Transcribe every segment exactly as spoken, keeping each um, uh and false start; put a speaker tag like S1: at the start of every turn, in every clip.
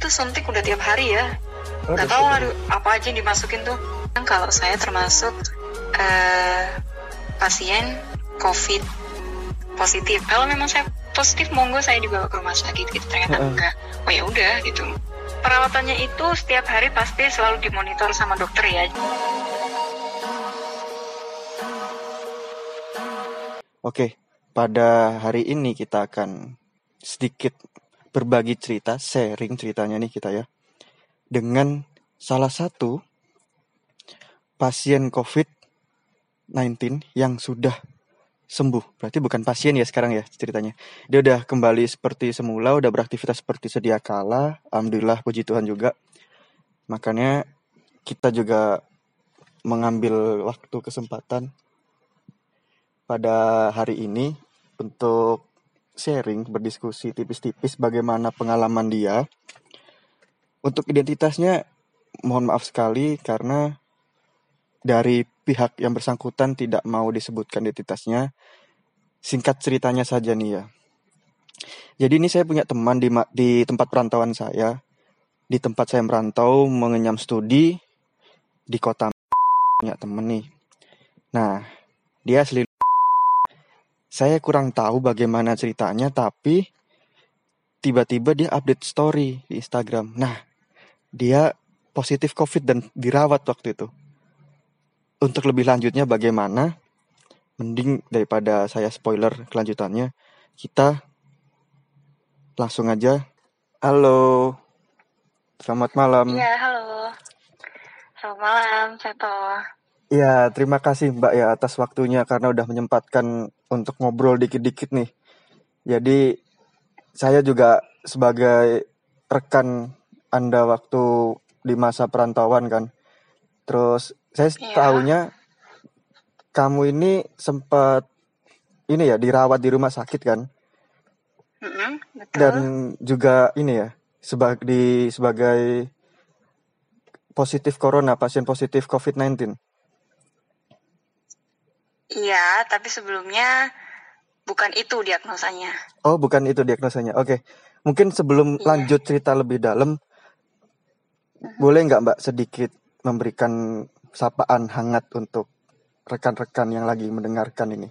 S1: tuh suntik udah tiap hari ya.
S2: Oh,
S1: Gak
S2: udah
S1: tahu
S2: tiap
S1: aduh, apa aja yang dimasukin tuh. Kalau saya termasuk uh, pasien COVID positif. Kalau memang saya positif, monggo saya dibawa ke rumah sakit gitu. Ternyata
S2: Uh-uh.
S1: enggak. Oh ya udah gitu. Perawatannya itu setiap hari pasti selalu dimonitor sama dokter ya.
S2: Oke, pada hari ini kita akan sedikit berbagi cerita, sharing ceritanya nih kita ya, dengan salah satu pasien covid sembilan belas yang sudah sembuh. Berarti bukan pasien ya sekarang ya ceritanya. Dia udah kembali seperti semula, udah beraktivitas seperti sedia kala. Alhamdulillah, puji Tuhan juga. Makanya kita juga mengambil waktu kesempatan pada hari ini untuk sharing, berdiskusi tipis-tipis bagaimana pengalaman dia. Untuk identitasnya mohon maaf sekali karena dari pihak yang bersangkutan tidak mau disebutkan identitasnya. Singkat ceritanya saja nih ya. Jadi ini saya punya teman di di tempat perantauan saya. Di tempat saya merantau mengenyam studi di kota, punya temen nih. Nah, dia asli. Saya kurang tahu bagaimana ceritanya, tapi tiba-tiba dia update story di Instagram. Nah, dia positif COVID dan dirawat waktu itu. Untuk lebih lanjutnya bagaimana? Mending daripada saya spoiler kelanjutannya, kita langsung aja. Halo, selamat malam.
S1: Iya, halo. Selamat malam, Seto.
S2: Ya, terima kasih Mbak ya atas waktunya karena udah menyempatkan untuk ngobrol dikit-dikit nih. Jadi saya juga sebagai rekan Anda waktu di masa perantauan kan. Terus saya
S1: Iya.
S2: tahunya kamu ini sempat ini ya dirawat di rumah sakit kan?
S1: Mm-mm, betul.
S2: Dan juga ini ya sebagai di sebagai positif corona, pasien positif covid sembilan belas.
S1: Iya, tapi sebelumnya bukan itu diagnosanya.
S2: Oh, bukan itu diagnosanya. Oke. Mungkin sebelum
S1: Iya.
S2: lanjut cerita lebih dalam, uh-huh. boleh nggak Mbak sedikit memberikan sapaan hangat untuk rekan-rekan yang lagi mendengarkan ini?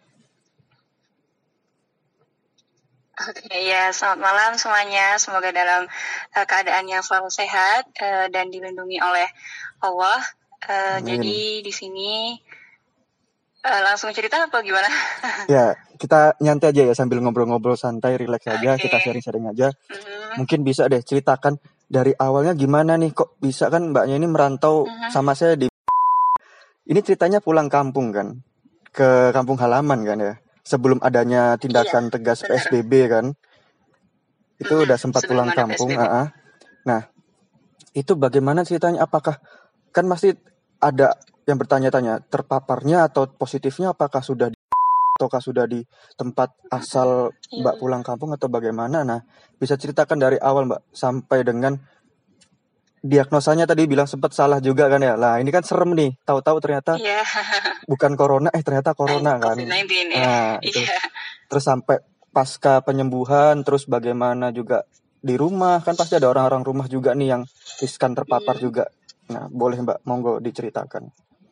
S1: Oke, ya selamat malam semuanya. Semoga dalam uh, keadaan yang selalu sehat uh, dan dilindungi oleh Allah. Uh, jadi di sini uh, langsung cerita apa gimana?
S2: Ya, kita nyantai aja ya sambil ngobrol-ngobrol santai, rileks aja,
S1: Okay.
S2: kita sharing-sharing aja.
S1: Mm-hmm.
S2: Mungkin bisa deh ceritakan dari awalnya gimana nih, kok bisa kan Mbaknya ini merantau mm-hmm. sama saya di... Ini ceritanya pulang kampung kan, ke kampung halaman kan ya. Sebelum adanya tindakan iya, tegas benar. P S B B kan, itu hmm, udah sempat pulang kampung. Uh-uh. Nah, itu bagaimana ceritanya? Apakah kan masih ada yang bertanya-tanya terpaparnya atau positifnya? Apakah sudah di, ataukah sudah di tempat asal Mbak pulang kampung atau bagaimana? Nah, bisa ceritakan dari awal Mbak sampai dengan diagnosanya tadi bilang sempat salah juga kan ya. Lah ini kan serem nih. Tahu-tahu ternyata yeah. bukan corona, eh ternyata corona kan.
S1: covid sembilan belas ya.
S2: Nah, itu. Yeah. Terus sampai pasca penyembuhan, terus bagaimana juga di rumah kan pasti ada orang-orang rumah juga nih yang riskan terpapar hmm. juga. Nah, boleh Mbak, monggo diceritakan.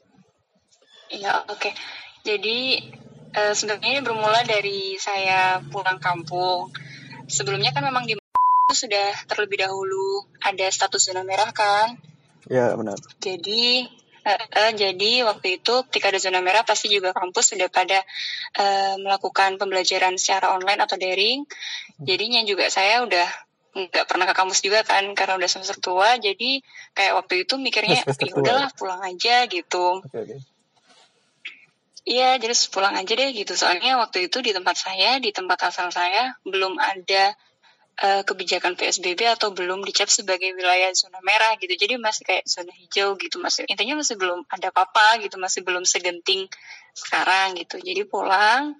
S1: Iya, oke. Okay. Jadi uh, sebenarnya bermula dari saya pulang kampung. Sebelumnya kan memang di itu sudah terlebih dahulu ada status zona merah kan?
S2: Ya benar.
S1: Jadi uh, uh, jadi waktu itu ketika ada zona merah pasti juga kampus sudah pada uh, melakukan pembelajaran secara online atau daring. Jadinya juga saya udah nggak pernah ke kampus juga kan karena udah semester tua. Jadi kayak waktu itu mikirnya ya udahlah pulang aja gitu.
S2: Okay, okay.
S1: Iya, jadi pulang aja deh gitu. Soalnya waktu itu di tempat saya, di tempat asal saya belum ada Uh, kebijakan P S B B atau belum dicap sebagai wilayah zona merah gitu, jadi masih kayak zona hijau gitu, masih intinya masih belum ada apa-apa gitu, masih belum segenting sekarang gitu. Jadi pulang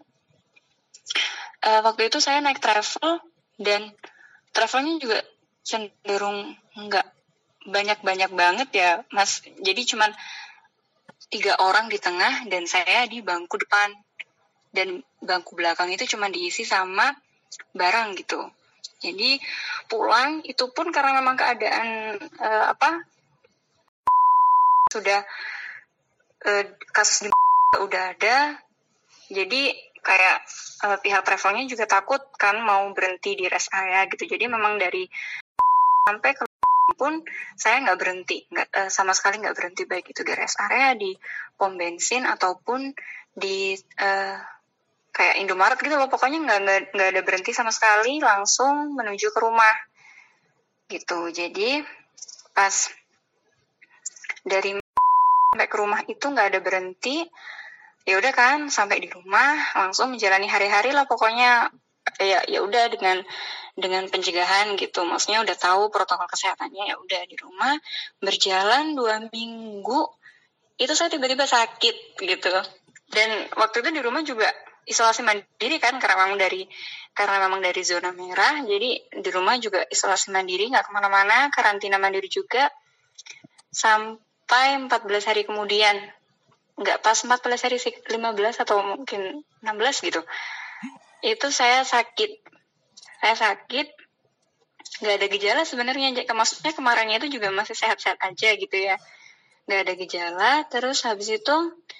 S1: uh, waktu itu saya naik travel dan travelnya juga cenderung nggak banyak-banyak banget ya mas, jadi cuman tiga orang di tengah dan saya di bangku depan dan bangku belakang itu cuma diisi sama barang gitu. Jadi pulang itu pun karena memang keadaan uh, apa sudah uh, kasus di udah ada, jadi kayak uh, pihak travelnya juga takut kan mau berhenti di rest area gitu. Jadi memang dari sampai ke pun saya nggak berhenti, nggak uh, sama sekali nggak berhenti, baik itu di rest area, di pom bensin ataupun di uh, kayak Indomaret gitu loh, pokoknya nggak nggak nggak ada berhenti sama sekali, langsung menuju ke rumah gitu. Jadi pas dari sampai ke rumah itu nggak ada berhenti, ya udah kan sampai di rumah langsung menjalani hari-hari lah pokoknya, ya ya udah dengan dengan pencegahan gitu, maksudnya udah tahu protokol kesehatannya, ya udah di rumah berjalan dua minggu itu saya tiba-tiba sakit gitu. Dan waktu itu di rumah juga isolasi mandiri kan, karena memang dari karena memang dari zona merah, jadi di rumah juga isolasi mandiri, nggak kemana-mana, karantina mandiri juga sampai empat belas hari kemudian, nggak pas empat belas hari sih, lima belas atau mungkin enam belas gitu, itu saya sakit saya sakit nggak ada gejala sebenarnya, maksudnya kemarinnya itu juga masih sehat-sehat aja gitu ya, nggak ada gejala. Terus habis itu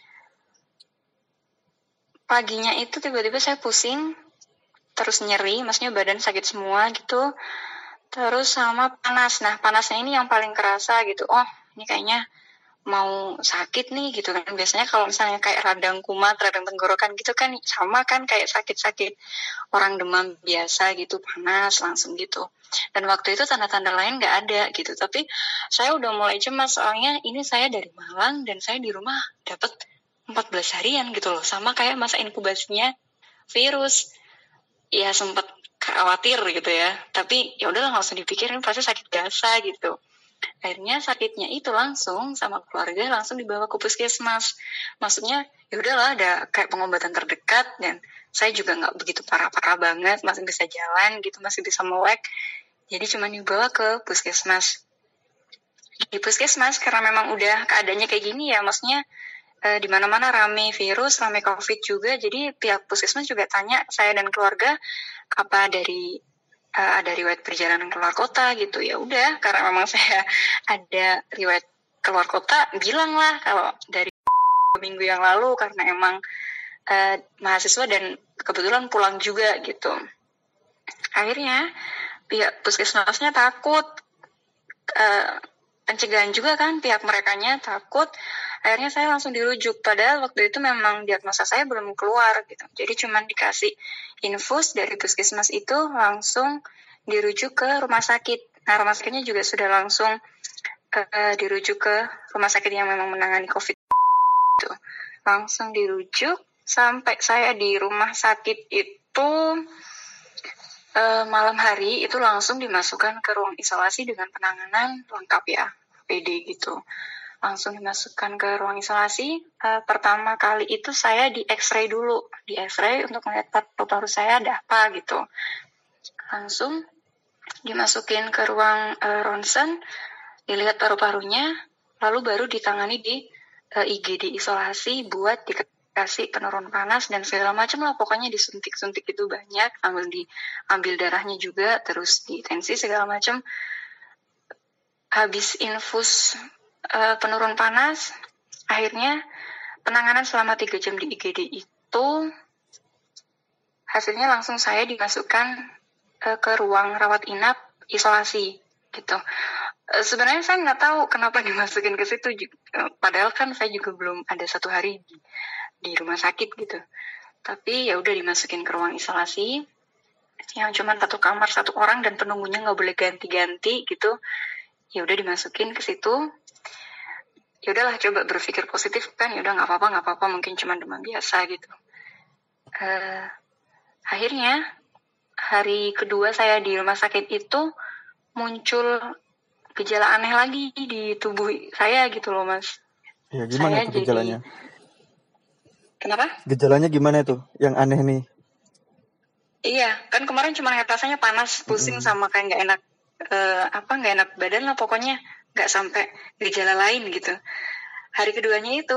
S1: paginya itu tiba-tiba saya pusing, terus nyeri, maksudnya badan sakit semua gitu, terus sama panas. Nah panasnya ini yang paling kerasa gitu, oh ini kayaknya mau sakit nih gitu kan. Biasanya kalau misalnya kayak radang kumat, radang tenggorokan gitu kan sama kan kayak sakit-sakit orang demam biasa gitu, panas langsung gitu. Dan waktu itu tanda-tanda lain nggak ada gitu, tapi saya udah mulai cemas soalnya ini saya dari Malang dan saya di rumah dapat empat belas harian gitu loh, sama kayak masa inkubasinya virus. Ya sempat khawatir gitu ya, tapi ya udahlah nggak usah dipikirin, pasti sakit biasa gitu. Akhirnya sakitnya itu langsung sama keluarga langsung dibawa ke puskesmas. Maksudnya ya udahlah ada kayak pengobatan terdekat, dan saya juga nggak begitu parah-parah banget, masih bisa jalan gitu, masih bisa melek. Jadi cuma dibawa ke puskesmas. Di puskesmas karena memang udah keadaannya kayak gini ya, maksudnya Uh, di mana-mana rame virus, rame COVID juga, jadi pihak puskesmas juga tanya saya dan keluarga apa dari uh, ada riwayat perjalanan keluar kota gitu. Ya udah, karena memang saya ada riwayat keluar kota, bilang lah kalau dari minggu yang lalu, karena emang uh, mahasiswa dan kebetulan pulang juga gitu. Akhirnya pihak puskesmasnya takut, uh, pencegahan juga kan, pihak merekanya takut. Akhirnya saya langsung dirujuk, padahal waktu itu memang diagnosa saya belum keluar gitu. Jadi cuma dikasih infus dari puskesmas itu, langsung dirujuk ke rumah sakit. Nah rumah sakitnya juga sudah langsung uh, dirujuk ke rumah sakit yang memang menangani COVID gitu. Langsung dirujuk, sampai saya di rumah sakit itu uh, malam hari itu langsung dimasukkan ke ruang isolasi dengan penanganan lengkap ya, P D gitu. Langsung dimasukkan ke ruang isolasi. Uh, pertama kali itu saya di X-ray dulu, di X-ray untuk melihat paru-paru saya ada apa gitu. Langsung dimasukin ke ruang uh, ronsen, dilihat paru-parunya, lalu baru ditangani di uh, I G D isolasi buat dikasih penurun panas dan segala macam lah, pokoknya disuntik-suntik itu banyak, ambil di ambil darahnya juga, terus di tensi segala macam. Habis infus Uh, penurun panas, akhirnya penanganan selama tiga jam di I G D itu hasilnya langsung saya dimasukkan uh, ke ruang rawat inap isolasi gitu. Uh, sebenarnya saya nggak tahu kenapa dimasukin ke situ, uh, padahal kan saya juga belum ada satu hari di, di rumah sakit gitu. Tapi ya udah dimasukin ke ruang isolasi yang cuma satu kamar satu orang dan penunggunya nggak boleh ganti-ganti gitu. Ya udah dimasukin ke situ. Ya udahlah, coba berpikir positif kan, ya udah nggak apa-apa nggak apa-apa mungkin cuma demam biasa gitu. Uh, akhirnya hari kedua saya di rumah sakit itu muncul gejala aneh lagi di tubuh saya gitu loh mas.
S2: Ya gimana saya itu gejalanya? Jadi...
S1: Kenapa?
S2: Gejalanya gimana itu yang aneh nih?
S1: Iya kan kemarin cuma rasanya panas, pusing mm-hmm. sama kayak nggak enak uh, apa nggak enak badan lah pokoknya. Nggak sampai gejala lain gitu. Hari keduanya itu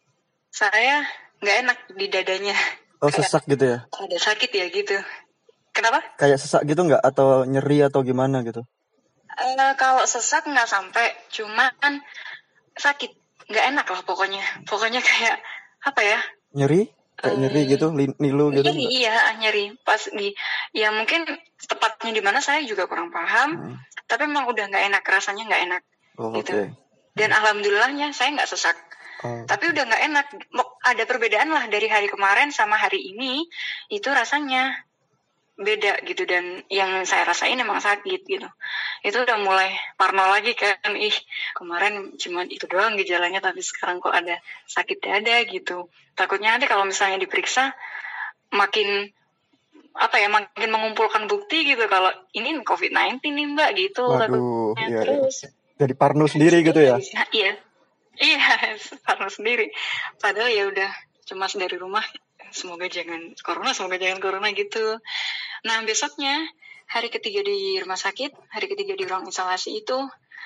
S1: saya nggak enak di dadanya.
S2: Oh kayak sesak gitu ya?
S1: Ada sakit ya gitu. Kenapa?
S2: Kayak sesak gitu nggak? Atau nyeri atau gimana gitu?
S1: Uh, kalau sesak nggak sampai, cuman sakit, nggak enak lah pokoknya. Pokoknya kayak apa ya?
S2: Nyeri? Kayak
S1: Um,
S2: nyeri gitu, nilu gitu?
S1: nyeri, iya nyeri. Pas di, ya mungkin tepatnya di mana saya juga kurang paham. Hmm. Tapi memang udah nggak enak, rasanya nggak enak. Oh, gitu. Okay. Dan alhamdulillahnya saya nggak sesak. Oh. Tapi udah nggak enak. Ada perbedaan lah dari hari kemarin sama hari ini. Itu rasanya beda gitu, dan yang saya rasain emang sakit gitu. Itu udah mulai parno lagi kan, ih kemarin cuma itu doang gejalanya, tapi sekarang kok ada sakit dada gitu. Takutnya nanti kalau misalnya diperiksa makin apa ya, makin mengumpulkan bukti gitu kalau ini covid sembilan belas nih mbak gitu.
S2: Waduh, iya, terus iya. Jadi parno sendiri gitu ya?
S1: Iya, iya parno sendiri. Padahal ya udah cuma dari rumah. Semoga jangan corona, semoga jangan corona gitu. Nah besoknya hari ketiga di rumah sakit, hari ketiga di ruang isolasi itu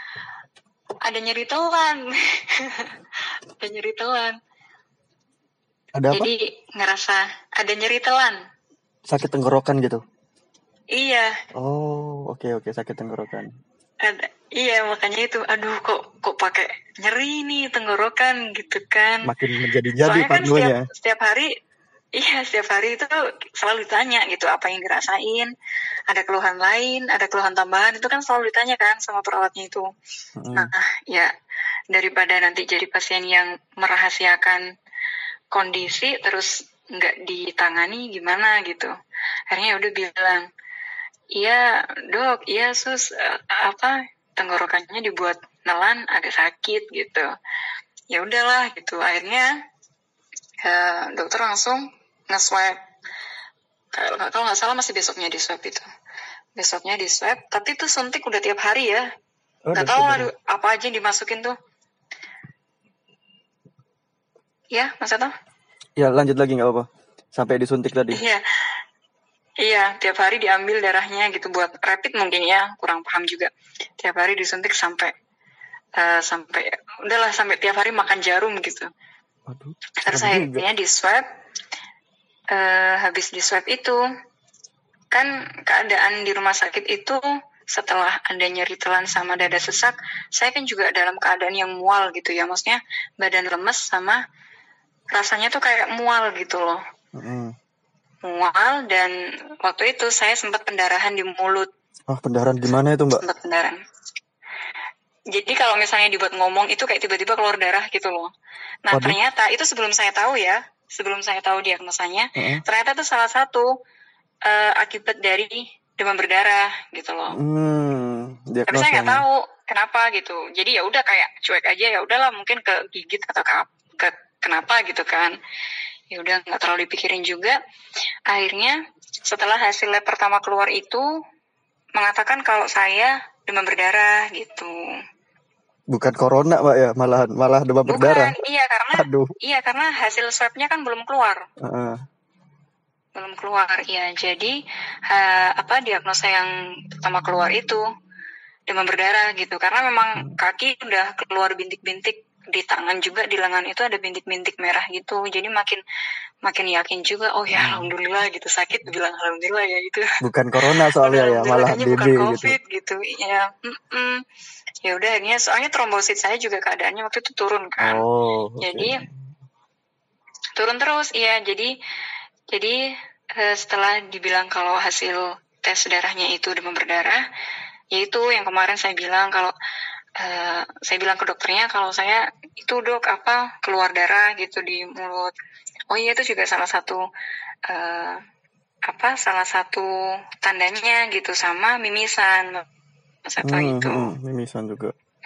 S1: ada nyeri telan, ada nyeri telan.
S2: Ada apa?
S1: Jadi ngerasa ada nyeri telan.
S2: Sakit tenggorokan gitu?
S1: Iya.
S2: Oh oke okay, oke okay. Sakit tenggorokan.
S1: Ada, iya makanya itu, aduh kok kok pakai nyeri nih tenggorokan gitu kan?
S2: Makin menjadi-jadi parnonya.
S1: Kan setiap, setiap hari. Iya, setiap hari itu selalu ditanya gitu apa yang dirasain, ada keluhan lain, ada keluhan tambahan, itu kan selalu ditanya kan sama perawatnya itu. Hmm. Nah, ya daripada nanti jadi pasien yang merahasiakan kondisi terus nggak ditangani gimana gitu. Akhirnya udah bilang, iya dok, iya sus, apa tenggorokannya dibuat nelan agak sakit gitu. Ya udahlah gitu. Akhirnya uh, dokter langsung nge-swab, kalau nggak salah masih besoknya di swab itu, besoknya di swab, tapi itu suntik udah tiap hari ya, nggak oh, tahu aduh, apa aja yang dimasukin tuh, ya Mas Ato?
S2: Ya lanjut lagi nggak apa-apa, sampai disuntik tadi.
S1: Iya, iya tiap hari diambil darahnya gitu buat rapid mungkin ya, kurang paham juga, tiap hari disuntik sampai uh, sampai udahlah sampai tiap hari makan jarum gitu. Aduh, terus akhirnya di swab. Uh, habis di swab itu kan keadaan di rumah sakit itu setelah ada nyeri telan sama dada sesak, saya kan juga dalam keadaan yang mual gitu ya, maksudnya badan lemes sama rasanya tuh kayak mual gitu loh. Mm. Mual, dan waktu itu saya sempat pendarahan di mulut.
S2: Oh, pendarahan gimana itu mbak?
S1: Sempat pendarahan. Jadi kalau misalnya dibuat ngomong itu kayak tiba-tiba keluar darah gitu loh. Nah Waduh. Ternyata itu sebelum saya tahu ya, sebelum saya tahu diagnosanya, uh-huh. ternyata itu salah satu uh, akibat dari demam berdarah gitu loh. Hmm, tapi saya nggak tahu kenapa gitu. Jadi ya udah kayak cuek aja, ya udahlah mungkin kegigit atau ke, ke kenapa gitu kan. Ya udah nggak terlalu dipikirin juga. Akhirnya setelah hasil lab pertama keluar itu mengatakan kalau saya demam berdarah gitu.
S2: Bukan corona mbak ya, malah malah demam
S1: Bukan,
S2: berdarah.
S1: Iya karena Aduh. Iya karena hasil swabnya kan belum keluar. Uh-uh. Belum keluar ya. Jadi uh, apa diagnosa yang pertama keluar itu demam berdarah gitu. Karena memang kaki udah keluar bintik-bintik, di tangan juga di lengan itu ada bintik-bintik merah gitu. Jadi makin makin yakin juga, oh ya alhamdulillah gitu, sakit bilang alhamdulillah ya gitu.
S2: Bukan corona soalnya ya, malah D B
S1: bukan COVID gitu. gitu. Ya. Mm-mm. Ya udah akhirnya soalnya trombosit saya juga keadaannya waktu itu turun kan. Oh, okay. Jadi turun terus iya. Jadi jadi uh, setelah dibilang kalau hasil tes darahnya itu demam berdarah, yaitu yang kemarin saya bilang kalau uh, saya bilang ke dokternya kalau saya itu dok apa keluar darah gitu di mulut. Oh iya itu juga salah satu uh, apa salah satu tandanya gitu, sama mimisan. Atau
S2: hmm,
S1: itu
S2: hmm, mimisan juga.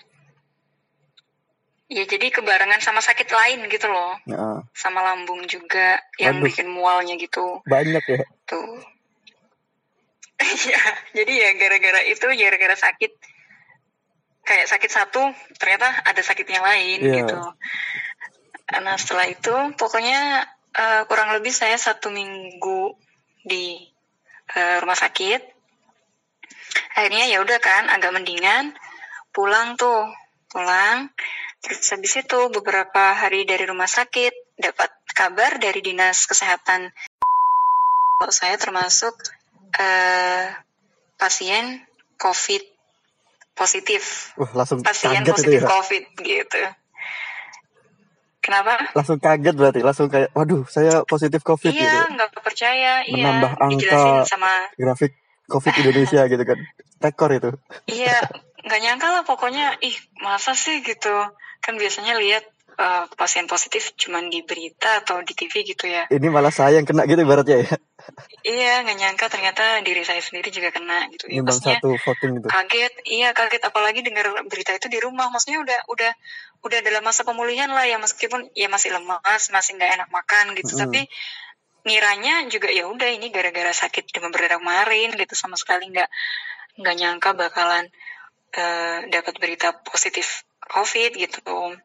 S1: Ya jadi kebarengan sama sakit lain gitu loh. Ya. Sama lambung juga yang Aduh. bikin mualnya gitu.
S2: Banyak ya.
S1: Tuh. Ya, jadi ya gara-gara itu, gara-gara sakit kayak sakit satu, ternyata ada sakit yang lain yeah. gitu. Nah setelah itu pokoknya uh, kurang lebih saya satu minggu di uh, rumah sakit. Akhirnya ya udah kan agak mendingan, pulang tuh pulang terus habis itu beberapa hari dari rumah sakit dapat kabar dari dinas kesehatan kalau saya termasuk uh, pasien COVID positif.
S2: Wah, langsung
S1: pasien
S2: kaget
S1: positif
S2: itu ya.
S1: COVID gitu. Kenapa?
S2: Langsung kaget berarti, langsung kayak, waduh, saya positif COVID
S1: iya,
S2: gitu.
S1: Iya, nggak percaya.
S2: Menambah
S1: iya, dijelasin
S2: angka
S1: sama
S2: grafik COVID Indonesia gitu kan, rekor itu.
S1: Iya, nggak nyangka lah pokoknya, ih masa sih gitu. Kan biasanya lihat uh, pasien positif cuman di berita atau di T V gitu ya.
S2: Ini malah saya yang kena gitu ibaratnya ya.
S1: Iya, nggak nyangka ternyata diri saya sendiri juga kena gitu. Ya,
S2: Nimbang
S1: maksudnya
S2: satu voting gitu.
S1: kaget, iya kaget apalagi dengar berita itu di rumah. Maksudnya udah udah udah dalam masa pemulihan lah ya, meskipun ya masih lemas, masih nggak enak makan gitu.
S2: Mm.
S1: Tapi ngiranya juga ya udah ini gara-gara sakit demam berdarah kemarin gitu, sama sekali nggak nggak nyangka bakalan uh, dapat berita positif COVID gitu.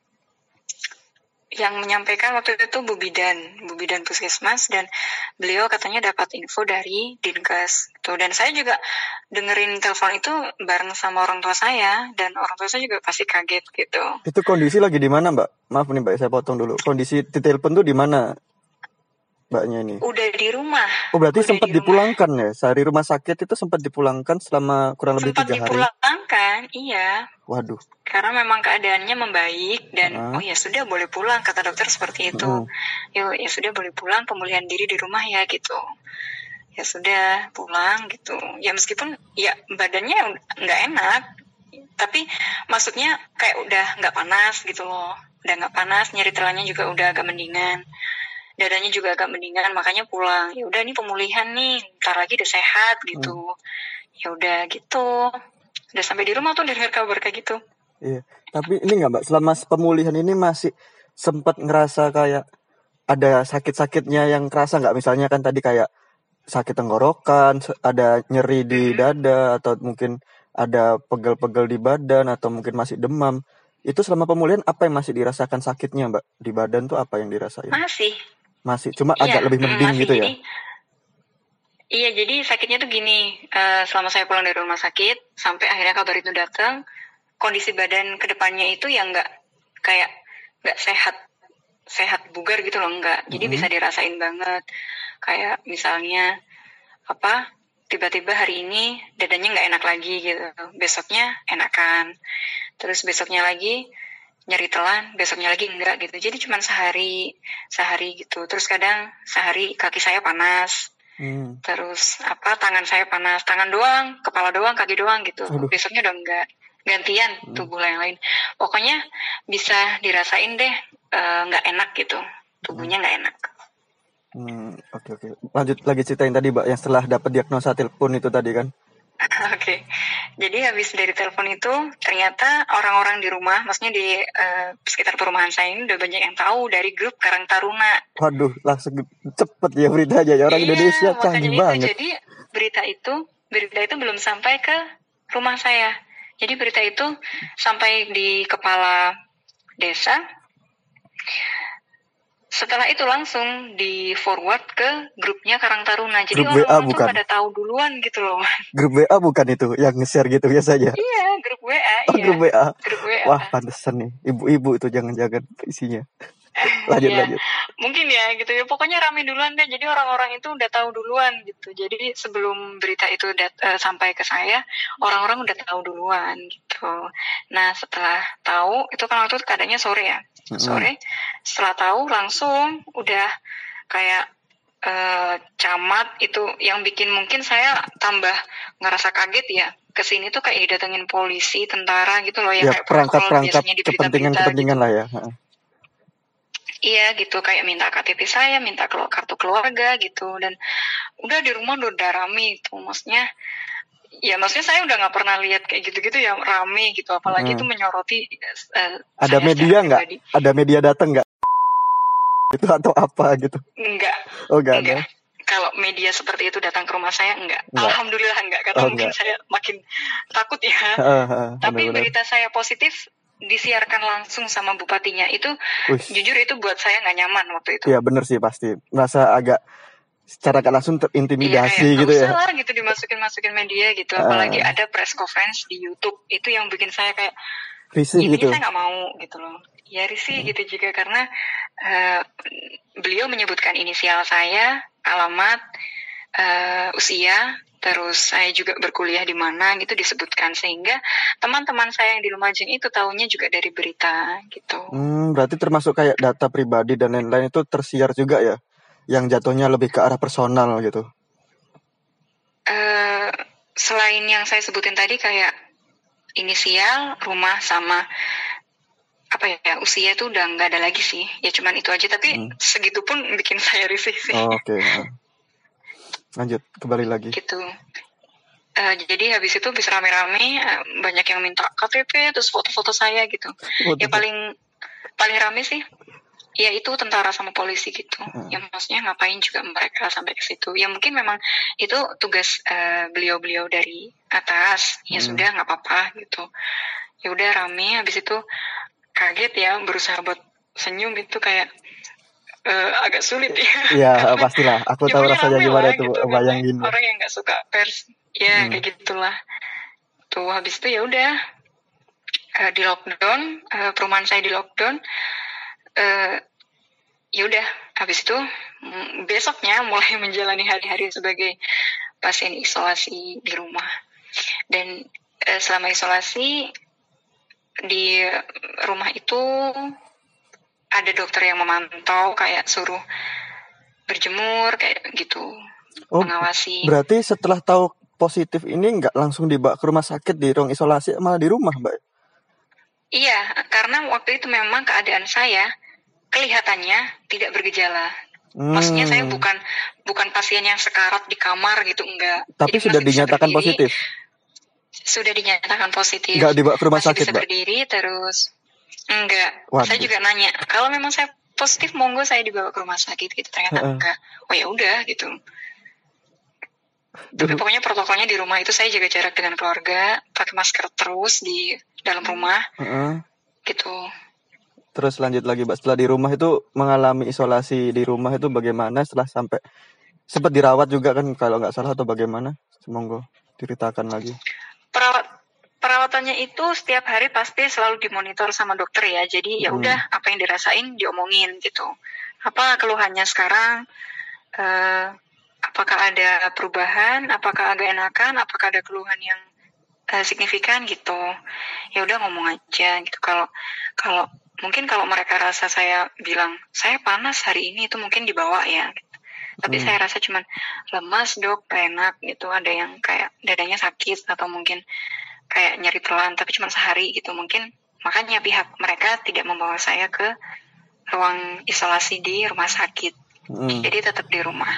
S1: Yang menyampaikan waktu itu Bu Bidan, Bu Bidan Puskesmas, dan beliau katanya dapat info dari Dinkes. Tuh, dan saya juga dengerin telepon itu bareng sama orang tua saya, dan orang tua saya juga pasti kaget gitu.
S2: Itu kondisi lagi di mana, Mbak? Maaf nih, Mbak, saya potong dulu. Kondisi di telepon tuh di mana, Mbaknya ini?
S1: Udah di rumah.
S2: Oh, berarti
S1: Udah
S2: sempat
S1: di
S2: dipulangkan ya? Dari rumah sakit itu sempat dipulangkan selama kurang lebih
S1: Sempat
S2: tiga hari?
S1: dipulangkan, iya.
S2: Waduh.
S1: Karena memang keadaannya membaik dan
S2: Uh.
S1: oh ya sudah boleh pulang, kata dokter seperti itu.
S2: Uh.
S1: Ya, ya sudah boleh pulang, pemulihan diri di rumah ya gitu. Ya sudah pulang gitu. Ya meskipun ya badannya nggak enak, tapi maksudnya kayak udah nggak panas gitu loh. Udah nggak panas, nyeri telanya juga udah agak mendingan. Dadanya juga agak mendingan, makanya pulang. Ya udah nih pemulihan nih, ntar lagi udah sehat gitu. Uh. Ya udah gitu. Udah sampai di rumah tuh dengar kabar kayak gitu.
S2: Iya, tapi ini nggak Mbak, selama pemulihan ini masih sempat ngerasa kayak ada sakit-sakitnya yang kerasa nggak? Misalnya kan tadi kayak sakit tenggorokan, ada nyeri di
S1: hmm.
S2: dada, atau mungkin ada pegel-pegel di badan, atau mungkin masih demam. Itu selama pemulihan apa yang masih dirasakan sakitnya Mbak? Di badan tuh apa yang dirasain?
S1: Masih.
S2: Masih, cuma iya, agak lebih mending
S1: masih,
S2: gitu
S1: jadi,
S2: ya?
S1: Iya, jadi sakitnya tuh gini, uh, selama saya pulang dari rumah sakit, sampai akhirnya kabar itu datang, kondisi badan kedepannya itu yang nggak kayak nggak sehat sehat bugar gitu loh, nggak. Jadi mm-hmm. bisa dirasain banget. Kayak misalnya apa tiba-tiba hari ini dadanya nggak enak lagi gitu, besoknya enakan, terus besoknya lagi nyeri telan, besoknya lagi enggak gitu. Jadi cuma sehari sehari gitu. Terus kadang sehari kaki saya panas. Hmm. Terus apa tangan saya panas, tangan doang, kepala doang, kaki doang gitu. Aduh. Besoknya udah enggak, gantian hmm. tubuh yang lain. Pokoknya bisa dirasain deh nggak uh, enak gitu, tubuhnya nggak enak.
S2: Hmm, oke oke. Lanjut lagi ceritain tadi Mbak, yang setelah dapat diagnosa telepon itu tadi kan?
S1: Oke, okay. Jadi habis dari telepon itu ternyata orang-orang di rumah, maksudnya di uh, sekitar perumahan saya ini udah banyak yang tahu dari grup Karang Taruna.
S2: Waduh, langsung cepet ya beritanya ya, orang
S1: iya,
S2: Indonesia canggih
S1: itu,
S2: banget.
S1: Jadi berita itu berita itu belum sampai ke rumah saya. Jadi berita itu sampai di kepala desa. Setelah itu langsung di forward ke grupnya Karang Taruna. Jadi
S2: grup
S1: orang-orang
S2: bukan?
S1: tuh pada tahu duluan gitu loh.
S2: Grup W A bukan itu yang nge-share gitu biasanya?
S1: Iya, grup W A.
S2: Oh,
S1: iya.
S2: grup W A.
S1: Grup W A.
S2: Wah, pantesan nih. Ibu-ibu itu jangan-jangan isinya. Lanjut,
S1: iya.
S2: lanjut.
S1: Mungkin ya gitu ya. Pokoknya rame duluan deh. Jadi orang-orang itu udah tahu duluan gitu. Jadi sebelum berita itu dat- uh, sampai ke saya, orang-orang udah tahu duluan gitu. Nah, setelah tahu, itu kan waktu itu keadaannya sore ya. Sore, mm-hmm. setelah tahu langsung udah kayak uh, camat itu yang bikin mungkin saya tambah ngerasa kaget ya. Kesini tuh kayak didatengin polisi, tentara gitu loh ya,
S2: ya
S1: kayak
S2: perangkat-perangkat kepentingan-kepentingan gitu. Lah ya.
S1: Iya gitu, kayak minta K T P saya, minta kartu keluarga gitu, dan udah di rumah udah rame itu, maksudnya. Ya maksudnya saya udah nggak pernah lihat kayak gitu-gitu ya rame gitu, apalagi hmm. itu menyoroti. Uh,
S2: ada media nggak? Ada media datang nggak? Itu atau apa gitu?
S1: Enggak.
S2: Oh enggak.
S1: Enggak. Kalau media seperti itu datang ke rumah saya enggak. enggak. Alhamdulillah enggak, karena oh, mungkin enggak. Saya makin takut ya. Uh, uh, Tapi bener-bener. Berita saya positif disiarkan langsung sama bupatinya itu, Uish. Jujur itu buat saya nggak nyaman waktu itu.
S2: Iya bener sih pasti. Merasa agak secara gak langsung terintimidasi
S1: iya,
S2: gitu ya.
S1: Iya, salah gitu dimasukin-masukin media gitu. Apalagi uh. ada press conference di YouTube. Itu yang bikin saya kayak,
S2: risih
S1: ini
S2: gitu.
S1: saya gak mau gitu loh. Ya risih hmm. gitu juga karena uh, beliau menyebutkan inisial saya, alamat, uh, usia, terus saya juga berkuliah di mana gitu disebutkan, sehingga teman-teman saya yang di Lumajang itu tahunya juga dari berita gitu.
S2: Hmm, berarti termasuk kayak data pribadi dan lain-lain itu tersiar juga ya, yang jatuhnya lebih ke arah personal gitu.
S1: Uh, selain yang saya sebutin tadi kayak inisial, rumah, sama apa ya, usia tuh udah nggak ada lagi sih, ya cuman itu aja, tapi hmm. segitu pun bikin saya risih sih.
S2: Oh, oke, okay. Lanjut kembali lagi
S1: gitu. Uh, jadi habis itu bisa rame-rame, uh, banyak yang minta K T P terus foto-foto saya gitu. Foto. Ya paling paling rame sih ya itu tentara sama polisi gitu. Hmm. Ya maksudnya ngapain juga mereka sampai ke situ, ya mungkin memang itu tugas uh, beliau-beliau dari atas, ya hmm. sudah nggak apa-apa gitu. Ya udah rame, habis itu kaget ya, berusaha buat senyum gitu kayak uh, agak sulit ya.
S2: Iya pastilah, aku tahu rasanya gimana itu,
S1: gitu,
S2: bayangin.
S1: Orang yang nggak suka pers, ya hmm. kayak gitulah. Tuh habis itu ya udah uh, di lockdown, uh, perumahan saya di lockdown. Uh, ya udah habis itu mm, besoknya mulai menjalani hari-hari sebagai pasien isolasi di rumah. Dan uh, selama isolasi di rumah itu ada dokter yang memantau, kayak suruh berjemur kayak gitu, oh, mengawasi.
S2: Berarti setelah tahu positif ini nggak langsung dibawa ke rumah sakit di ruang isolasi, malah di rumah, Mbak?
S1: Iya, karena waktu itu memang keadaan saya kelihatannya tidak bergejala. Hmm. Maksudnya saya bukan bukan pasien yang sekarat di kamar gitu, enggak.
S2: Tapi jadi sudah dinyatakan berdiri, positif?
S1: Sudah dinyatakan positif.
S2: Nggak dibawa ke rumah
S1: masih
S2: sakit,
S1: bisa
S2: Mbak?
S1: Berdiri terus. Enggak.
S2: Waduh.
S1: Saya juga nanya, kalau memang saya positif monggo saya dibawa ke rumah sakit gitu. Ternyata uh-uh. enggak. Oh ya udah gitu. Tapi pokoknya protokolnya di rumah itu saya jaga jarak dengan keluarga, pakai masker terus di dalam rumah. Uh-uh. Gitu.
S2: Terus lanjut lagi, Mbak, setelah di rumah itu mengalami isolasi di rumah itu bagaimana setelah sampai sempat dirawat juga kan kalau nggak salah, atau bagaimana? Monggo ceritakan lagi.
S1: Perawat perawatannya itu setiap hari pasti selalu dimonitor sama dokter ya. Jadi ya udah hmm. apa yang dirasain diomongin gitu. Apa keluhannya sekarang? Uh, apakah ada perubahan? Apakah agak enakan? Apakah ada keluhan yang uh, signifikan gitu? Ya udah ngomong aja gitu. Kalau kalau mungkin kalau mereka rasa saya bilang saya panas hari ini, itu mungkin dibawa ya. Gitu. Tapi hmm. saya rasa cuman lemas dok, enak gitu. Ada yang kayak dadanya sakit atau mungkin kayak nyeri telan, tapi cuma sehari gitu mungkin. Makanya pihak mereka tidak membawa saya ke ruang isolasi di rumah sakit. Hmm. Jadi tetap di rumah.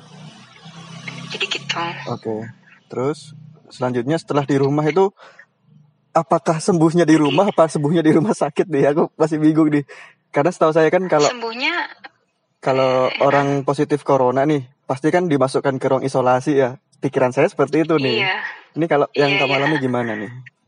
S1: Jadi gitu.
S2: Oke. Okay. Terus selanjutnya setelah di rumah itu, apakah sembuhnya di rumah, apa sembuhnya di rumah sakit nih? Aku masih bingung nih. Karena setahu saya kan kalau
S1: sembuhnya
S2: kalau eh, orang positif corona nih, pasti kan dimasukkan ke ruang isolasi ya. Pikiran saya seperti itu nih.
S1: Iya.
S2: Ini kalau yang
S1: iya,
S2: kamu alami
S1: iya.
S2: gimana nih?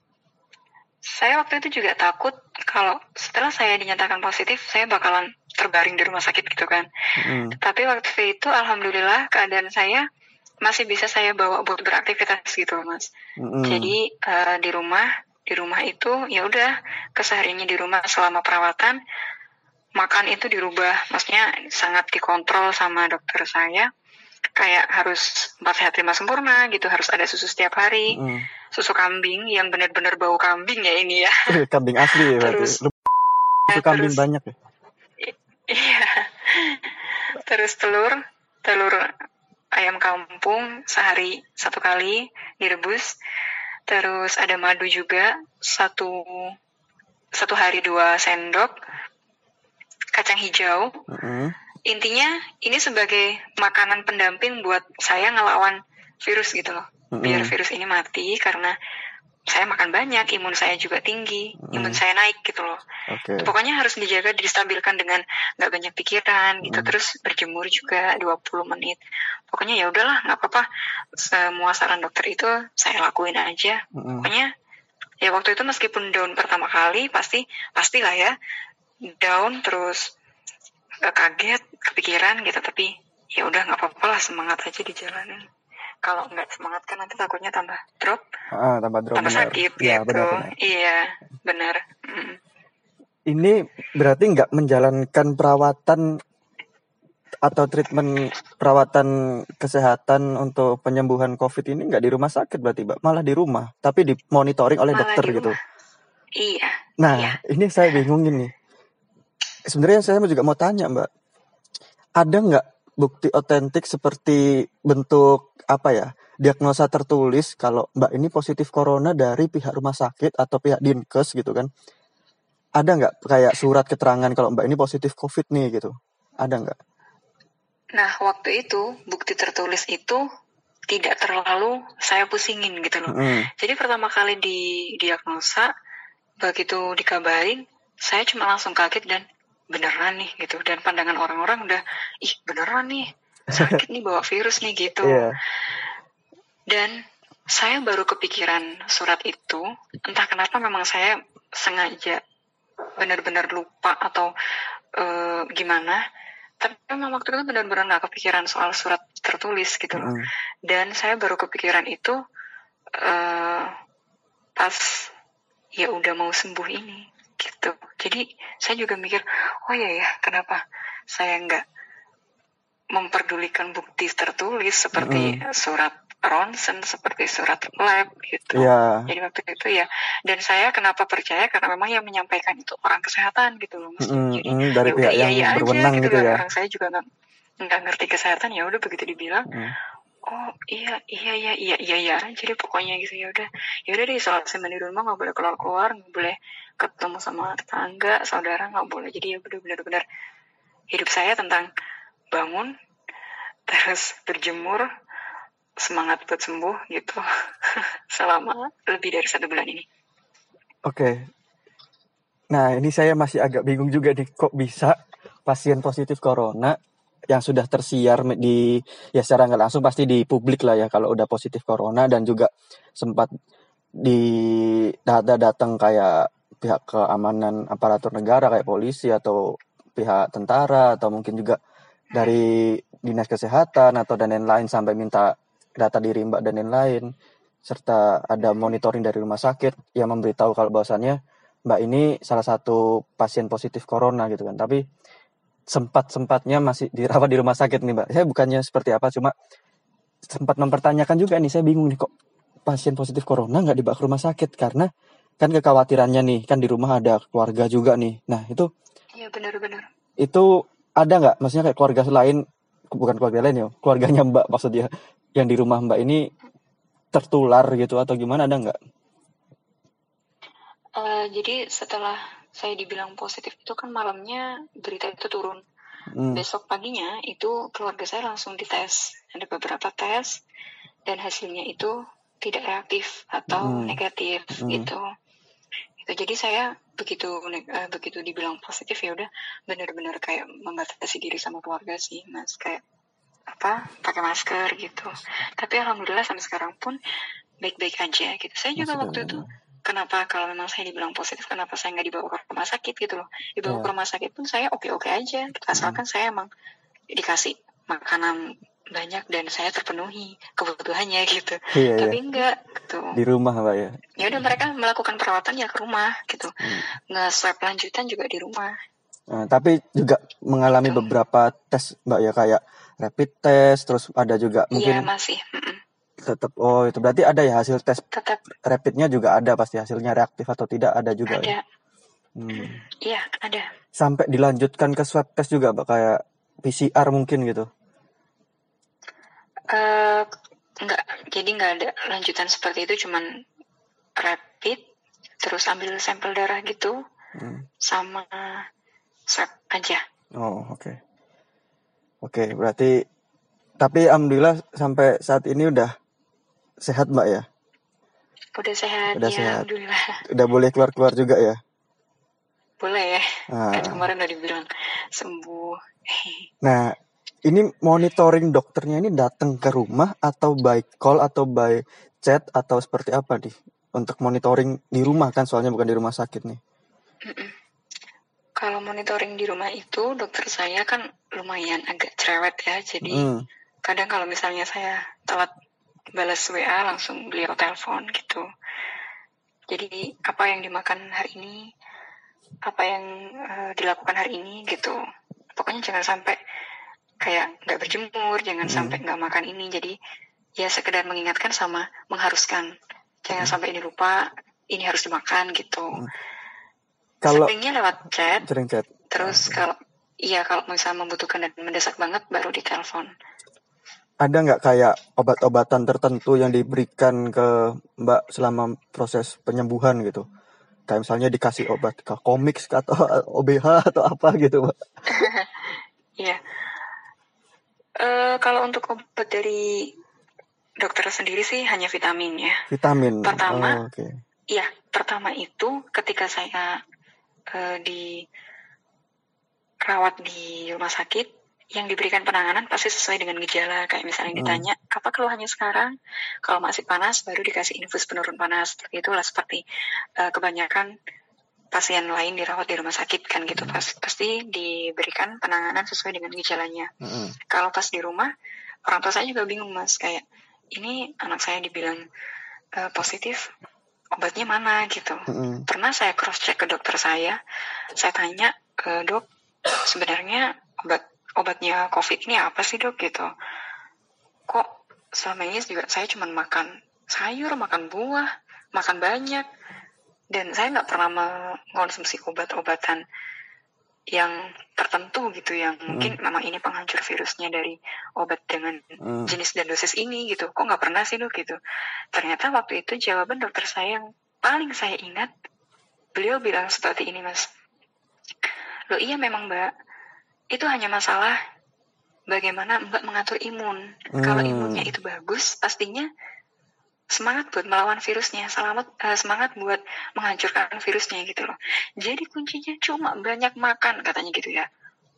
S1: Saya waktu itu juga takut kalau setelah saya dinyatakan positif, saya bakalan terbaring di rumah sakit gitu kan. Hmm. Tapi waktu itu alhamdulillah keadaan saya masih bisa saya bawa buat beraktivitas gitu, Mas. Hmm. Jadi uh, di rumah di rumah itu ya udah kesehariannya di rumah selama perawatan. Makan itu dirubah, maksudnya sangat dikontrol sama dokter saya, kayak harus empat sehat lima sempurna gitu, harus ada susu setiap hari, mm. susu kambing yang benar-benar bau kambing ya ini ya.
S2: Kambing asli ya.
S1: Terus
S2: susu kambing
S1: terus,
S2: banyak ya.
S1: Iya. Terus telur, telur ayam kampung sehari satu kali direbus. Terus ada madu juga satu satu hari dua sendok. Kacang hijau. Uh-huh. Intinya ini sebagai makanan pendamping buat saya ngelawan virus gitu loh. Uh-huh. Biar virus ini mati, karena saya makan banyak, imun saya juga tinggi, uh-huh. imun saya naik gitu loh. Okay. Pokoknya harus dijaga, distabilkan dengan nggak banyak pikiran gitu. Uh-huh. Terus berjemur juga dua puluh menit. Pokoknya ya udahlah, nggak apa-apa. Semua saran dokter itu saya lakuin aja. Uh-huh. Pokoknya ya waktu itu meskipun down pertama kali, pasti pastilah ya. Down, terus gak kaget, kepikiran gitu, tapi ya udah nggak apa-apa lah, semangat aja dijalanin. Kalau nggak semangat kan nanti takutnya tambah drop,
S2: ah, tambah drop,
S1: tambah
S2: benar.
S1: sakit
S2: Ya,
S1: gitu.
S2: benar-benar.
S1: Iya, benar. Mm.
S2: Ini berarti nggak menjalankan perawatan atau treatment perawatan kesehatan untuk penyembuhan COVID ini nggak di rumah sakit berarti, Mbak? Malah di rumah, tapi dimonitoring oleh
S1: Malah
S2: dokter
S1: di
S2: gitu.
S1: rumah. Iya.
S2: Nah,
S1: Iya.
S2: ini saya bingung ini. Sebenarnya saya juga mau tanya, Mbak. Ada nggak bukti otentik seperti bentuk apa ya, diagnosa tertulis kalau Mbak ini positif corona dari pihak rumah sakit atau pihak Dinkes gitu kan? Ada nggak kayak surat keterangan kalau Mbak ini positif COVID nih gitu? Ada nggak?
S1: Nah, waktu itu bukti tertulis itu tidak terlalu saya pusingin gitu loh.
S2: Mm.
S1: Jadi pertama kali di diagnosa, begitu dikabarin, saya cuma langsung kaget dan beneran nih gitu. Dan pandangan orang-orang udah, ih beneran nih, sakit nih bawa virus nih gitu.
S2: Iya.
S1: Dan saya baru kepikiran surat itu, entah kenapa memang saya sengaja benar-benar lupa atau uh, gimana. Tapi memang waktu itu benar-benar gak kepikiran soal surat tertulis gitu loh.
S2: Mm.
S1: Dan saya baru kepikiran itu uh, pas ya udah mau sembuh ini gitu. Jadi saya juga mikir, oh iya ya, kenapa saya nggak memperdulikan bukti tertulis seperti
S2: Mm.
S1: surat ronsen, seperti surat lab gitu.
S2: Iya.
S1: Jadi waktu itu ya, dan saya kenapa percaya karena memang yang menyampaikan itu orang kesehatan gitu loh, mesti.
S2: Mm,
S1: Jadi
S2: mm, dari
S1: ya
S2: pihak
S1: udah
S2: yang
S1: iya iya
S2: berwenang
S1: aja gitu,
S2: gitu
S1: lah.
S2: ya.
S1: Orang saya juga nggak nggak ngerti kesehatan, ya udah begitu dibilang,
S2: Mm.
S1: oh iya iya iya iya iya iya jadi pokoknya gitu, ya udah ya udah deh, isolasi mandiri di rumah, nggak boleh keluar keluar, nggak boleh ketemu sama tetangga saudara, nggak boleh. Jadi ya udah benar-benar hidup saya tentang bangun, terus berjemur, semangat buat sembuh gitu selama lebih dari satu bulan ini.
S2: Oke. Okay. Nah, ini saya masih agak bingung juga nih, kok bisa pasien positif corona yang sudah tersiar di, ya secara nggak langsung pasti di publik lah ya kalau udah positif corona, dan juga sempat di data datang kayak pihak keamanan aparatur negara kayak polisi atau pihak tentara atau mungkin juga dari dinas kesehatan atau dan lain-lain sampai minta data diri Mbak dan lain-lain, serta ada monitoring dari rumah sakit yang memberitahu kalau bahwasannya Mbak ini salah satu pasien positif corona gitu kan. Tapi sempat-sempatnya masih dirawat di rumah sakit nih Mbak. Saya bukannya seperti apa, cuma sempat mempertanyakan juga nih, saya bingung nih, kok pasien positif corona nggak dibawa ke rumah sakit, karena kan kekhawatirannya nih, kan di rumah ada keluarga juga nih. Nah itu,
S1: iya benar-benar.
S2: Itu ada nggak, maksudnya kayak keluarga lain, bukan keluarga lain ya, keluarganya Mbak maksudnya, yang di rumah Mbak ini tertular gitu atau gimana, ada nggak?
S1: Uh, jadi setelah saya dibilang positif itu kan malamnya berita itu turun. Hmm. Besok paginya itu keluarga saya langsung dites. Ada beberapa tes dan hasilnya itu tidak reaktif atau hmm. negatif hmm. gitu. Itu jadi saya begitu uh, begitu dibilang positif, ya udah benar-benar kayak membatasi diri sama keluarga sih, Mas, kayak apa pakai masker gitu. Tapi alhamdulillah sampai sekarang pun baik-baik aja gitu. Saya juga Masih waktu itu kenapa kalau memang saya dibilang positif, kenapa saya nggak dibawa ke rumah sakit gitu loh. Dibawa yeah. ke rumah sakit pun saya oke-oke aja, asalkan hmm. saya emang dikasih makanan banyak dan saya terpenuhi kebutuhannya gitu. Yeah, Tapi yeah. enggak gitu.
S2: Di rumah Mbak ya.
S1: Ya udah mereka melakukan perawatan ya ke rumah gitu. Hmm. Nge-swab lanjutan juga di rumah.
S2: Nah, tapi juga mengalami gitu. Beberapa tes Mbak ya, kayak rapid test, terus ada juga mungkin.
S1: Iya masih. Mm-mm.
S2: Tetap, oh itu berarti ada ya hasil tes
S1: Tetap.
S2: Rapidnya juga ada, pasti hasilnya reaktif atau tidak ada juga.
S1: Ada.
S2: Ya? Hmm.
S1: Iya ada.
S2: Sampai dilanjutkan ke swab test juga Mbak, kayak P C R mungkin gitu?
S1: Uh, enggak, jadi nggak ada lanjutan seperti itu, cuman rapid, terus ambil sampel darah gitu, hmm. sama swab aja.
S2: Oh oke, okay. oke okay, berarti tapi alhamdulillah sampai saat ini udah sehat Mbak ya?
S1: Udah sehat,
S2: udah
S1: ya
S2: sehat.
S1: Alhamdulillah.
S2: Udah boleh keluar-keluar juga ya?
S1: Boleh ya,
S2: ah.
S1: kan kemarin udah dibilang sembuh.
S2: Nah, ini monitoring dokternya ini datang ke rumah atau by call atau by chat atau seperti apa nih? Untuk monitoring di rumah kan, soalnya bukan di rumah sakit nih.
S1: Mm-mm. Kalau monitoring di rumah itu, dokter saya kan lumayan agak cerewet ya, jadi mm. kadang kalau misalnya saya telat balas W A, langsung beliau telepon gitu. Jadi apa yang dimakan hari ini, apa yang uh, dilakukan hari ini gitu. Pokoknya jangan sampai kayak nggak berjemur, jangan
S2: Mm-mm.
S1: sampai nggak makan ini. Jadi ya sekedar mengingatkan sama mengharuskan, jangan sampai ini lupa, ini harus dimakan gitu.
S2: Mm. Kalau
S1: Seringnya lewat chat,
S2: sering chat.
S1: terus
S2: Ah,
S1: kalau iya kalau misalnya membutuhkan dan mendesak banget baru ditelepon.
S2: ada nggak kayak obat-obatan tertentu yang diberikan ke Mbak selama proses penyembuhan gitu? Kayak misalnya dikasih obat ke komik atau O B H atau apa gitu, Mbak?
S1: Iya. Eh, kalau untuk obat dari dokter sendiri sih hanya vitamin ya.
S2: Vitamin.
S1: Pertama,
S2: Oh, oke. Okay.
S1: iya, pertama itu ketika saya eh, dirawat di rumah sakit, yang diberikan penanganan pasti sesuai dengan gejala. Kayak misalnya
S2: Hmm.
S1: ditanya, apa keluhannya sekarang? Kalau masih panas, baru dikasih infus penurun panas. Seperti itulah, seperti uh, kebanyakan pasien lain dirawat di rumah sakit kan gitu. Pas, pasti diberikan penanganan sesuai dengan gejalanya.
S2: Hmm.
S1: Kalau pas di rumah, orang tua saya juga bingung mas. Kayak, ini anak saya dibilang uh, positif, obatnya mana gitu.
S2: Hmm.
S1: Pernah saya cross check ke dokter saya, saya tanya ke dok, sebenarnya obat obatnya COVID ini apa sih dok gitu. Kok selama ini juga saya cuma makan sayur, makan buah, makan banyak, dan saya nggak pernah mengonsumsi obat-obatan yang tertentu gitu, yang
S2: Hmm.
S1: mungkin memang ini penghancur virusnya dari obat dengan
S2: Hmm.
S1: jenis dan dosis ini gitu. Kok nggak pernah sih dok gitu. Ternyata waktu itu jawaban dokter saya yang paling saya ingat, beliau bilang seperti ini mas, loh iya memang mbak, itu hanya masalah bagaimana mbak mengatur imun.
S2: Hmm.
S1: Kalau imunnya itu bagus, pastinya semangat buat melawan virusnya, selamat uh, semangat buat menghancurkan virusnya gitu loh. Jadi kuncinya cuma banyak makan katanya gitu ya.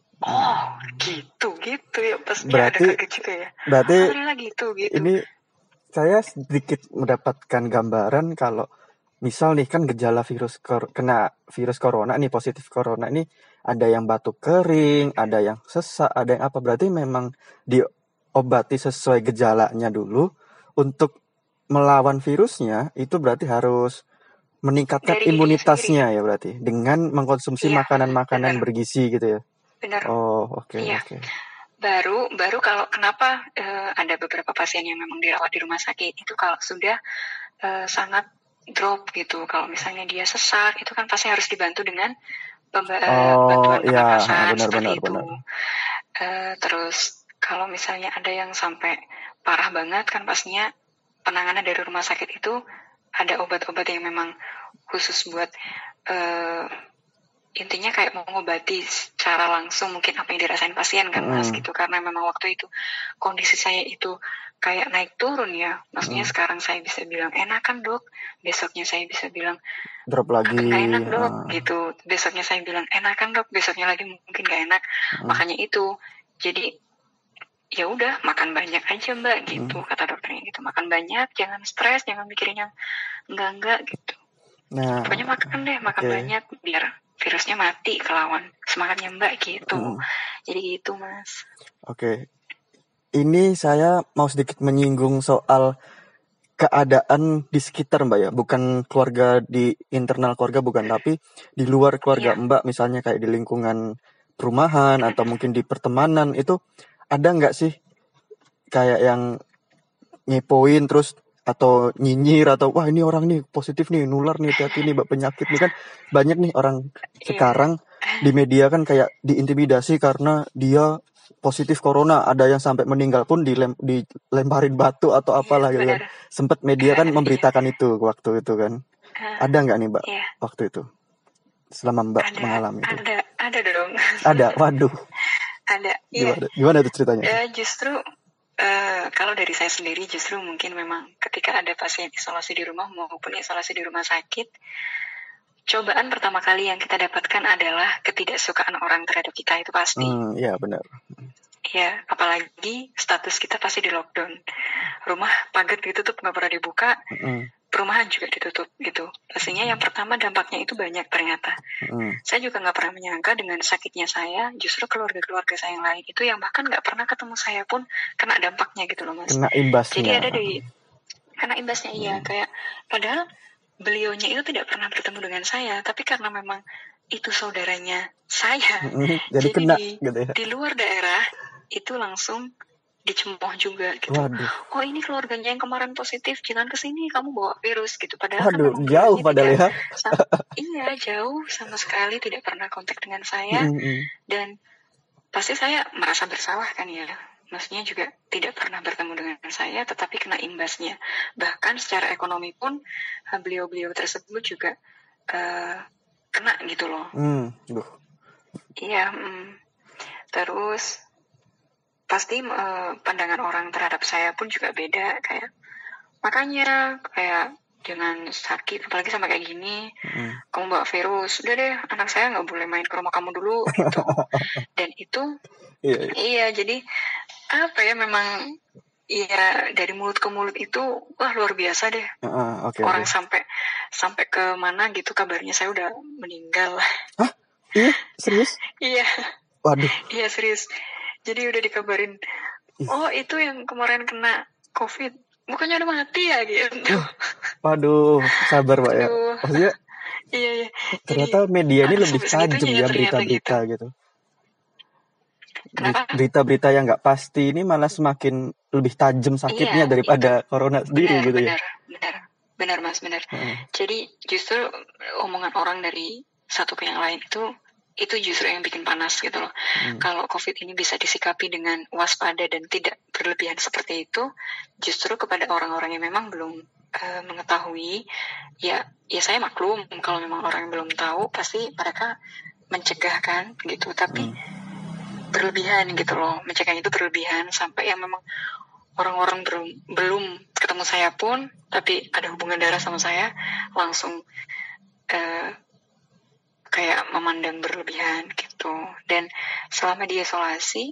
S1: Oh gitu gitu ya, pastinya ada
S2: Berarti
S1: kaget juga ya.
S2: berarti
S1: Oh ternyata gitu gitu.
S2: ini saya sedikit mendapatkan gambaran kalau misal nih kan gejala virus kor- kena virus corona nih, positif corona ini ada yang batuk kering, ada yang sesak, ada yang apa. Berarti memang diobati sesuai gejalanya dulu. Untuk melawan virusnya itu berarti harus meningkatkan
S1: Dari dirinya
S2: imunitasnya
S1: sendiri.
S2: ya berarti dengan mengkonsumsi
S1: Iya,
S2: makanan-makanan
S1: benar.
S2: bergizi gitu ya.
S1: Benar.
S2: Oh, oke,
S1: Iya.
S2: oke.
S1: Baru baru kalau kenapa uh, ada beberapa pasien yang memang dirawat di rumah sakit itu kalau sudah uh, sangat drop gitu. Kalau misalnya dia sesak itu kan pasti harus dibantu dengan pemba- uh,
S2: Oh,
S1: bantuan
S2: iya,
S1: pernapasan
S2: benar,
S1: seperti
S2: benar,
S1: itu.
S2: benar.
S1: Uh, terus kalau misalnya ada yang sampai parah banget kan pastinya penanganan dari rumah sakit itu ada obat-obat yang memang khusus buat uh, intinya kayak mengobati secara langsung mungkin apa yang dirasain pasien kan mas
S2: Mm.
S1: gitu, karena memang waktu itu kondisi saya itu kayak naik turun ya, maksudnya
S2: Mm.
S1: sekarang saya bisa bilang enak kan dok, besoknya saya bisa bilang
S2: Drop lagi.
S1: nggak enak dok
S2: uh.
S1: gitu, besoknya saya bilang enak kan dok, besoknya lagi mungkin nggak enak.
S2: Mm.
S1: Makanya itu jadi ya udah makan banyak aja mbak gitu,
S2: Mm.
S1: kata dokternya gitu, makan banyak, jangan stres, jangan mikirin yang enggak-enggak gitu.
S2: Nah,
S1: pokoknya makan deh, makan
S2: okay.
S1: banyak biar virusnya mati kelawan semangatnya mbak gitu.
S2: Mm.
S1: Jadi gitu mas.
S2: Oke, okay. Ini saya mau sedikit menyinggung soal keadaan di sekitar mbak ya, bukan keluarga di internal keluarga bukan, tapi di luar keluarga
S1: Iya.
S2: mbak, misalnya kayak di lingkungan perumahan atau mungkin di pertemanan, itu ada nggak sih kayak yang ngepoin terus atau nyinyir atau wah ini orang nih positif nih, nular nih, hati-hati nih mbak, penyakit nih, kan banyak nih orang sekarang di media kan kayak diintimidasi karena dia positif corona, ada yang sampai meninggal pun dilem, dilemparin batu atau apalah gitu kan. Sempat media kan memberitakan iya. itu waktu itu kan. Ada nggak nih mbak
S1: iya.
S2: waktu itu selama mbak
S1: ada,
S2: mengalami itu?
S1: Ada, ada dong.
S2: Ada, waduh.
S1: Ada,
S2: gimana,
S1: iya.
S2: Gimana tuh ceritanya?
S1: Uh, justru uh, kalau dari saya sendiri justru mungkin memang ketika ada pasien isolasi di rumah maupun isolasi di rumah sakit, cobaan pertama kali yang kita dapatkan adalah ketidaksukaan orang terhadap kita, itu pasti.
S2: Hmm, iya benar.
S1: Ya, apalagi status kita pasti di lockdown. Rumah pagar ditutup, nggak pernah dibuka. Mm. Perumahan juga ditutup gitu. Pastinya yang pertama dampaknya itu banyak ternyata. Mm. Saya juga nggak pernah menyangka dengan sakitnya saya, justru keluarga-keluarga saya yang lain itu yang bahkan nggak pernah ketemu saya pun kena dampaknya gitu loh mas.
S2: Kena imbasnya.
S1: Jadi ada di kena imbasnya mm. iya, kayak padahal beliaunya itu tidak pernah bertemu dengan saya, tapi karena memang itu saudaranya saya,
S2: mm, jadi,
S1: jadi
S2: kena,
S1: di,
S2: gitu ya.
S1: di luar daerah itu langsung dicemooh juga gitu.
S2: Waduh.
S1: Oh ini keluarganya yang kemarin positif, jangan kesini kamu bawa virus gitu. Padahal
S2: Waduh,
S1: kan memang
S2: jauh
S1: keluarganya
S2: padahal
S1: tidak,
S2: ya.
S1: sam- iya jauh sama sekali tidak pernah kontak dengan saya.
S2: Mm-mm.
S1: Dan pasti saya merasa bersalah kan ya. Maksudnya juga tidak pernah bertemu dengan saya, tetapi kena imbasnya. Bahkan secara ekonomi pun uh, beliau-beliau tersebut juga uh, kena gitu loh.
S2: Hmm, duh.
S1: Iya, mm. Terus pasti uh, pandangan orang terhadap saya pun juga beda. Kayak makanya kayak jangan sakit, apalagi sampai kayak gini.
S2: Mm.
S1: Kamu bawa virus, udah deh anak saya nggak boleh main ke rumah kamu dulu gitu. Dan itu
S2: Iya, iya.
S1: iya jadi apa ya memang iya dari mulut ke mulut itu wah luar biasa deh.
S2: Uh, okay,
S1: orang
S2: okay.
S1: sampai sampai ke mana gitu kabarnya saya udah meninggal.
S2: Hah? Iya, serius?
S1: Iya.
S2: Waduh.
S1: Iya serius. Jadi udah dikabarin, oh itu yang kemarin kena COVID, bukannya udah mati ya gitu.
S2: Uh, waduh, sabar Pak ya.
S1: Aduh.
S2: Maksudnya
S1: Iya iya.
S2: ternyata
S1: Jadi,
S2: media ini
S1: aduh,
S2: lebih
S1: sampai
S2: tajam
S1: segitunya
S2: ya
S1: ternyata
S2: berita-berita
S1: gitu.
S2: gitu.
S1: Kenapa?
S2: Berita-berita yang nggak pasti ini malah semakin lebih tajam sakitnya
S1: Iya,
S2: daripada
S1: itu.
S2: corona sendiri
S1: Benar,
S2: gitu
S1: benar,
S2: ya.
S1: benar, benar mas, benar.
S2: Uh.
S1: Jadi justru omongan orang dari satu ke yang lain itu itu justru yang bikin panas gitu loh. Hmm. Kalau COVID ini bisa disikapi dengan waspada dan tidak berlebihan seperti itu, justru kepada orang-orang yang memang belum uh, mengetahui, ya ya saya maklum kalau memang orang yang belum tahu pasti mereka mencegah kan gitu, tapi hmm. berlebihan gitu loh, mencegah itu berlebihan sampai yang memang orang-orang belum belum ketemu saya pun, tapi ada hubungan darah sama saya, langsung uh, kayak memandang berlebihan gitu. Dan selama di isolasi,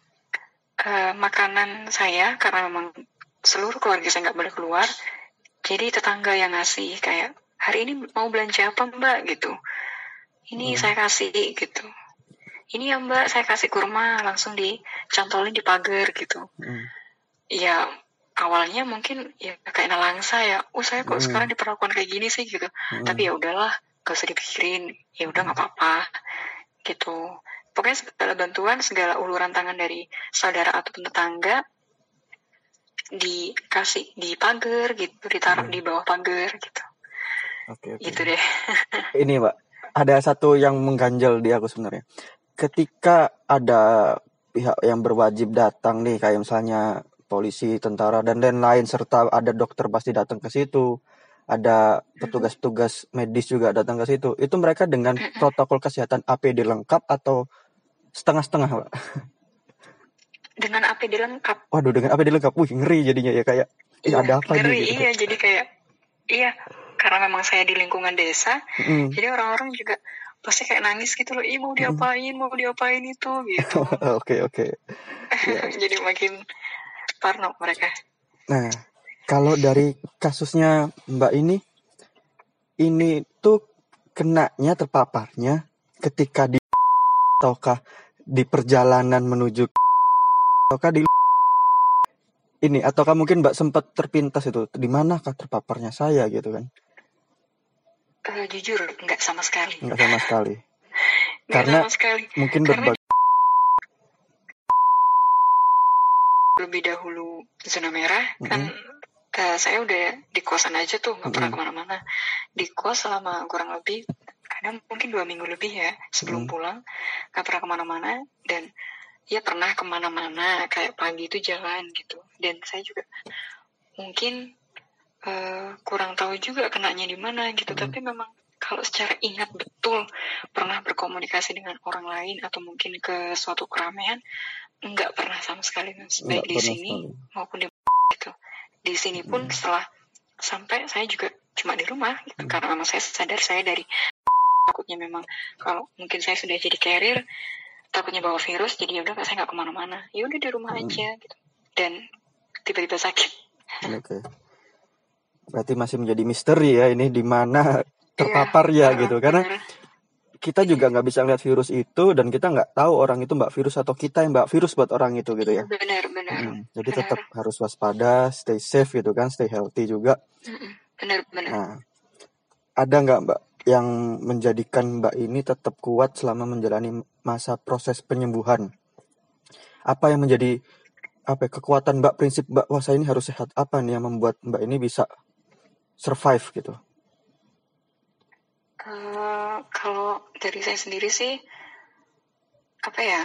S1: uh, makanan saya karena memang seluruh keluarga saya nggak boleh keluar, jadi tetangga yang ngasih kayak hari ini mau belanja apa mbak gitu, ini hmm. saya kasih gitu. Ini ya mbak saya kasih kurma, langsung dicantolin di pagar gitu. Hmm. Ya awalnya mungkin ya kayak nelangsa ya, oh saya kok hmm. sekarang diperlakukan kayak gini sih gitu. Hmm. Tapi ya udahlah, gak usah dipikirin, ya udah nggak apa-apa gitu. Pokoknya segala bantuan, segala uluran tangan dari saudara ataupun tetangga dikasih di pagar gitu, ditaruh hmm. di bawah pagar gitu.
S2: Oke, oke.
S1: Gitu deh.
S2: Ini Mbak, ada satu yang mengganjal di aku sebenarnya. Ketika ada pihak yang berwajib datang nih, kayak misalnya polisi, tentara, dan lain-lain, serta ada dokter pasti datang ke situ, ada petugas-petugas medis juga datang ke situ. Itu mereka dengan protokol kesehatan A P D lengkap atau setengah-setengah, Pak?
S1: Dengan A P D lengkap.
S2: Waduh, dengan A P D lengkap. Wih, ngeri jadinya ya, kayak
S1: iya,
S2: ada apa
S1: ngeri,
S2: nih gitu.
S1: Iya, jadi kayak iya, karena memang saya di lingkungan desa, mm. jadi orang-orang juga pasti kayak nangis gitu loh, ih mau diapain, mau diapain itu gitu.
S2: Oke, oke.
S1: Jadi makin parno mereka.
S2: Nah, kalau dari kasusnya Mbak ini, ini tuh kenanya, terpaparnya ketika di ataukah di perjalanan menuju ataukah di ini, ataukah mungkin Mbak sempat terpintas itu, di manakah terpaparnya saya gitu kan?
S1: Uh, jujur, enggak sama sekali.
S2: Enggak sama sekali.
S1: Enggak
S2: Karena
S1: sama sekali.
S2: mungkin
S1: Karena
S2: berbagai
S1: lebih dahulu zona merah, mm-hmm. kan uh, saya udah di kosan aja tuh, nggak mm-hmm. pernah kemana-mana. Di kos selama kurang lebih, kadang mungkin dua minggu lebih ya, sebelum mm-hmm. pulang, nggak pernah kemana-mana. Dan ya pernah kemana-mana, kayak pagi itu jalan gitu. Dan saya juga mungkin uh, kurang tahu juga kenanya di mana gitu. Mm-hmm. Tapi memang kalau secara ingat betul pernah berkomunikasi dengan orang lain atau mungkin ke suatu keramaian, enggak pernah sama sekali mas, baik di sini sekali. Maupun di gitu. Di sini pun hmm. setelah sampai saya juga cuma di rumah gitu, hmm. karena memang saya sadar saya dari takutnya memang kalau mungkin saya sudah jadi carrier, takutnya bawa virus, jadi yaudah saya nggak kemana-mana, ya udah di rumah hmm. aja gitu. Dan tiba-tiba sakit.
S2: Oke. Okay. Berarti masih menjadi misteri ya ini di mana terpapar ya, ya gitu, karena bener. Kita juga nggak bisa lihat virus itu dan kita nggak tahu orang itu mbak virus atau kita yang mbak virus buat orang itu gitu ya.
S1: Benar, benar.
S2: Hmm, jadi
S1: benar.
S2: tetap harus waspada, stay safe gitu kan, stay healthy juga.
S1: Benar, benar.
S2: Nah, ada nggak mbak yang menjadikan mbak ini tetap kuat selama menjalani masa proses penyembuhan? apa yang menjadi apa ya, kekuatan Mbak, prinsip Mbak, wah saya ini harus sehat, apa nih yang membuat Mbak ini bisa survive gitu?
S1: Uh, kalau dari saya sendiri sih, apa ya,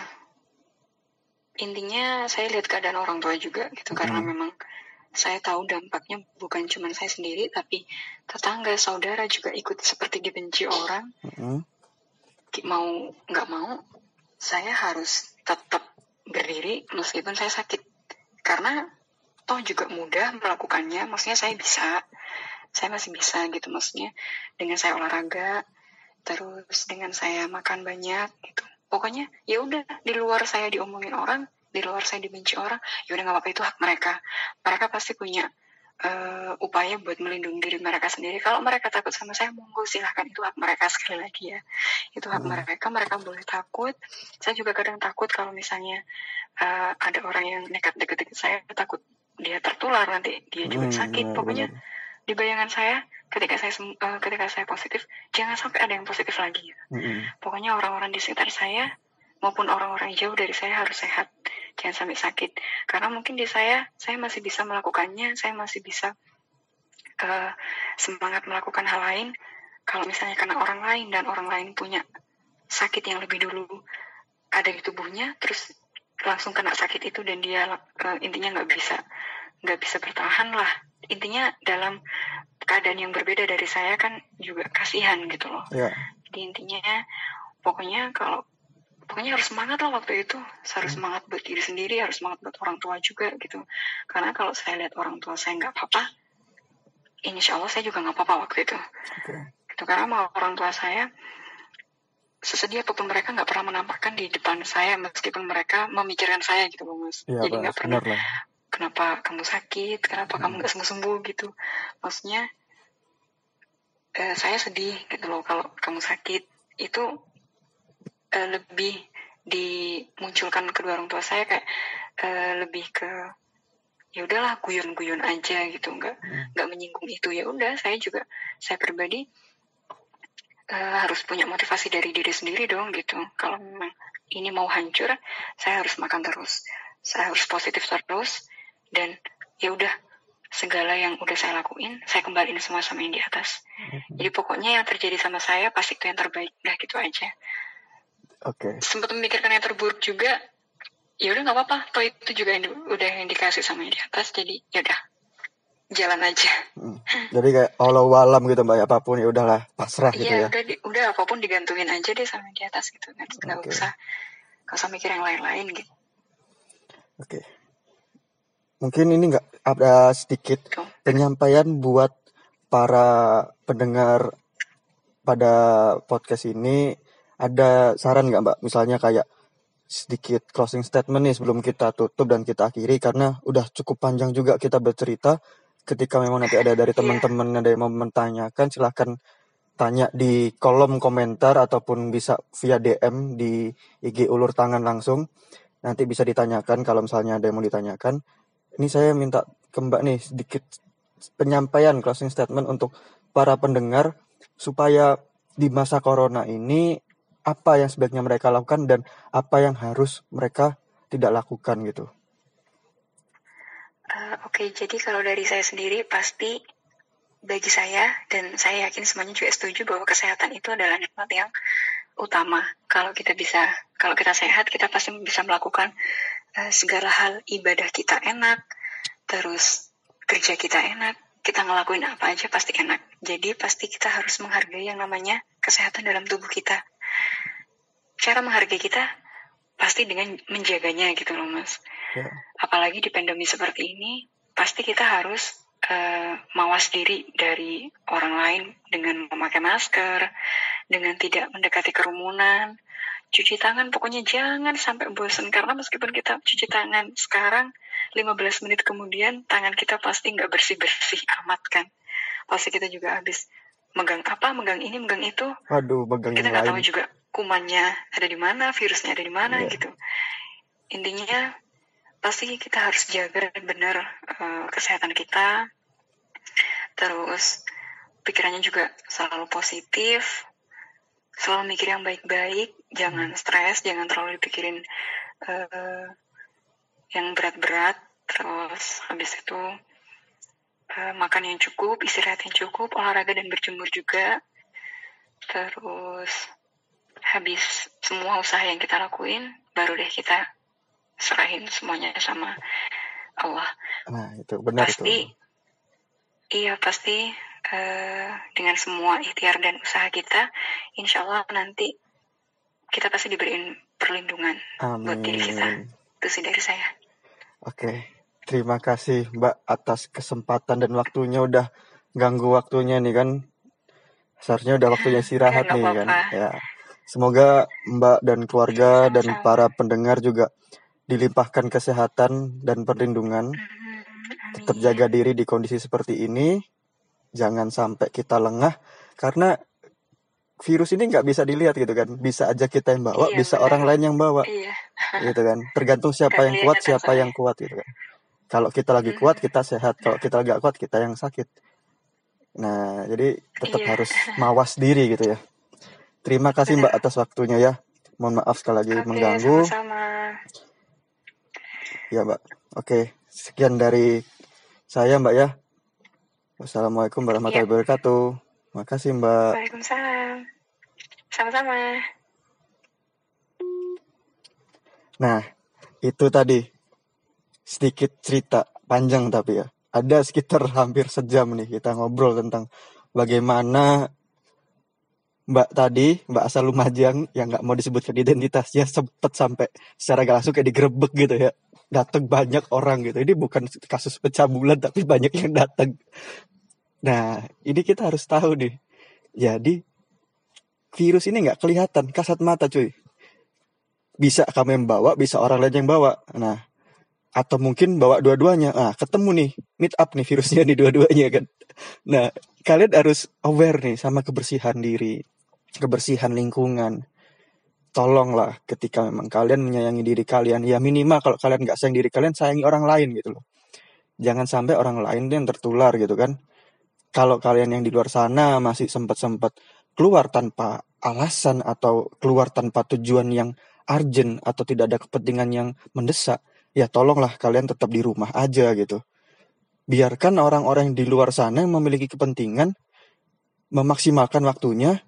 S1: intinya saya lihat keadaan orang tua juga gitu,
S2: Mm-hmm.
S1: karena memang saya tahu dampaknya bukan cuma saya sendiri, tapi tetangga, saudara juga ikut seperti dibenci orang.
S2: Mm-hmm.
S1: Mau nggak mau, saya harus tetap berdiri meskipun saya sakit. Karena toh juga mudah melakukannya, maksudnya saya bisa, saya masih bisa gitu, maksudnya dengan saya olahraga, terus dengan saya makan banyak gitu. Pokoknya ya udah, di luar saya diomongin orang, di luar saya dibenci orang, ya udah nggak apa-apa, itu hak mereka. Mereka pasti punya uh, upaya buat melindungi diri mereka sendiri. Kalau mereka takut sama saya, monggo silahkan, itu hak mereka. Sekali lagi ya, itu hak
S2: Hmm.
S1: mereka. Mereka boleh takut. Saya juga kadang takut kalau misalnya uh, ada orang yang nekat deket-deket saya, takut dia tertular, nanti dia juga
S2: Hmm,
S1: sakit.
S2: benar,
S1: Pokoknya
S2: benar.
S1: di bayangan saya, ketika saya uh, ketika saya positif, jangan sampai ada yang positif lagi.
S2: Hmm.
S1: Pokoknya orang-orang di sekitar saya maupun orang-orang jauh dari saya harus sehat, jangan sampai sakit. Karena mungkin di saya, saya masih bisa melakukannya, saya masih bisa uh, semangat melakukan hal lain. Kalau misalnya karena orang lain dan orang lain punya sakit yang lebih dulu ada di tubuhnya, terus langsung kena sakit itu dan dia uh, intinya nggak bisa nggak bisa bertahan lah. Intinya dalam keadaan yang berbeda dari saya kan juga kasihan gitu loh.
S2: Ya.
S1: Jadi intinya pokoknya kalau pokoknya harus semangat lah waktu itu, harus
S2: Hmm.
S1: semangat buat diri sendiri, harus semangat buat orang tua juga gitu. Karena kalau saya lihat orang tua saya nggak apa-apa, insya Allah saya juga nggak apa-apa waktu itu.
S2: Okay.
S1: Gitu, karena mau orang tua saya sesedih apapun mereka nggak pernah menampakkan di depan saya, meskipun mereka memikirkan saya gitu loh Mas.
S2: Ya,
S1: jadi nggak pernah
S2: lah.
S1: Kenapa kamu sakit, kenapa hmm. kamu nggak sembuh-sembuh gitu. Maksudnya eh, saya sedih gitu loh kalau kamu sakit. Itu eh, lebih dimunculkan kedua orang tua saya kayak eh, lebih ke ya udahlah, guyon-guyon aja gitu, nggak hmm. nggak menyinggung itu. Ya udah, saya juga saya pribadi Uh, harus punya motivasi dari diri sendiri dong gitu. Kalau memang ini mau hancur, saya harus makan terus, saya harus positif terus, dan ya udah, segala yang udah saya lakuin saya kembaliin semua sama yang di atas. Mm-hmm. Jadi pokoknya yang terjadi sama saya pasti itu yang terbaik, dah gitu aja.
S2: Oke. Okay.
S1: Sempat memikirkan yang terburuk juga, ya udah nggak apa-apa, toh itu juga yang di, udah yang dikasih sama yang di atas, jadi ya udah, jalan aja.
S2: Hmm. Jadi kayak walau alam gitu Mbak, apapun ya udahlah, pasrah gitu
S1: ya.
S2: ya.
S1: Udah, udah apapun digantungin aja deh sama di atas gitu, nggak okay. usah nggak usah mikir yang lain-lain gitu.
S2: Oke. Okay. Mungkin ini nggak ada sedikit Tuh. penyampaian buat para pendengar pada podcast ini. Ada saran nggak Mbak? Misalnya kayak sedikit closing statement nih sebelum kita tutup dan kita akhiri, karena udah cukup panjang juga kita bercerita. Ketika memang nanti ada dari teman-teman yeah. ada yang mau menanyakan, silahkan tanya di kolom komentar ataupun bisa via D M di I G Ulur Tangan langsung. Nanti bisa ditanyakan kalau misalnya ada yang mau ditanyakan. Ini saya minta ke Mbak nih sedikit penyampaian closing statement untuk para pendengar supaya di masa corona ini apa yang sebaiknya mereka lakukan dan apa yang harus mereka tidak lakukan gitu.
S1: Uh, Oke, okay, jadi kalau dari saya sendiri pasti bagi saya, dan saya yakin semuanya juga setuju bahwa kesehatan itu adalah nikmat yang utama. Kalau kita bisa, kalau kita sehat, kita pasti bisa melakukan uh, segala hal. Ibadah kita enak, terus kerja kita enak, kita ngelakuin apa aja pasti enak. Jadi pasti kita harus menghargai yang namanya kesehatan dalam tubuh kita. Cara menghargai kita pasti dengan menjaganya gitu loh Mas. Yeah. Apalagi di pandemi seperti ini, pasti kita harus uh, mawas diri dari orang lain dengan memakai masker, dengan tidak mendekati kerumunan, cuci tangan, pokoknya jangan sampai bosan. Karena meskipun kita cuci tangan sekarang, lima belas menit kemudian tangan kita pasti nggak bersih-bersih amat kan. Pasti kita juga habis megang apa, megang ini, megang itu.
S2: Waduh, megang
S1: kita
S2: nggak
S1: tahu juga kumannya ada di mana, virusnya ada di mana yeah. gitu. Intinya pasti kita harus jaga benar uh, kesehatan kita. Terus pikirannya juga selalu positif, selalu mikir yang baik-baik, jangan stres, jangan terlalu dipikirin uh, yang berat-berat, terus habis itu uh, makan yang cukup, istirahat yang cukup, olahraga dan berjemur juga. Terus habis semua usaha yang kita lakuin, baru deh kita serahin semuanya sama Allah.
S2: Nah, itu benar
S1: pasti,
S2: tuh.
S1: Iya, pasti uh, dengan semua ikhtiar dan usaha kita, insya Allah nanti kita pasti diberiin perlindungan.
S2: Amin.
S1: Buat diri kita. Itu sih dari saya.
S2: Oke, terima kasih Mbak atas kesempatan dan waktunya, udah ganggu waktunya nih kan. Seharusnya udah waktunya istirahat nih
S1: apa-apa.
S2: kan. Ya. Semoga Mbak dan keluarga
S1: Sama-sama.
S2: dan para pendengar juga dilimpahkan kesehatan dan perlindungan.
S1: Amin.
S2: Tetap jaga diri di kondisi seperti ini. Jangan sampai kita lengah, karena virus ini nggak bisa dilihat gitu kan. Bisa aja kita yang bawa,
S1: Iya,
S2: bisa
S1: benar.
S2: orang lain yang bawa.
S1: Iya.
S2: Gitu kan. Tergantung siapa yang kuat, siapa yang kuat gitu kan. Kalau kita lagi kuat, kita sehat. Kalau kita lagi gak kuat, kita yang sakit. Nah, jadi tetap
S1: Iya.
S2: harus mawas diri gitu ya. Terima kasih Mbak atas waktunya ya. Mohon maaf sekali lagi
S1: Oke,
S2: mengganggu.
S1: sama-sama.
S2: Ya Mbak. Oke, sekian dari saya Mbak ya. Wassalamualaikum warahmatullahi
S1: Iya.
S2: wabarakatuh. Makasih Mbak.
S1: Waalaikumsalam. Sama-sama.
S2: Nah, itu tadi sedikit cerita panjang tapi ya. Ada sekitar hampir sejam nih kita ngobrol tentang bagaimana Mbak tadi, Mbak asal Lumajang yang nggak mau disebutkan identitasnya, sempet sampai secara gak langsung kayak digerebek gitu ya. Datang banyak orang gitu. Ini bukan kasus pencabulan tapi banyak yang datang. Nah, ini kita harus tahu nih. Jadi virus ini nggak kelihatan kasat mata cuy. Bisa kamu yang bawa, bisa orang lain yang bawa. Nah, atau mungkin bawa dua-duanya. Ah, ketemu nih, meet up nih virusnya nih dua-duanya kan. Nah, kalian harus aware nih sama kebersihan diri, kebersihan lingkungan. Tolonglah ketika memang kalian menyayangi diri kalian, ya minimal kalau kalian nggak sayang diri kalian, sayangi orang lain gitu loh. Jangan sampai orang lain yang tertular gitu kan. Kalau kalian yang di luar sana masih sempat-sempat keluar tanpa alasan atau keluar tanpa tujuan yang urgent atau tidak ada kepentingan yang mendesak, ya tolonglah kalian tetap di rumah aja gitu. Biarkan orang-orang yang di luar sana yang memiliki kepentingan memaksimalkan waktunya,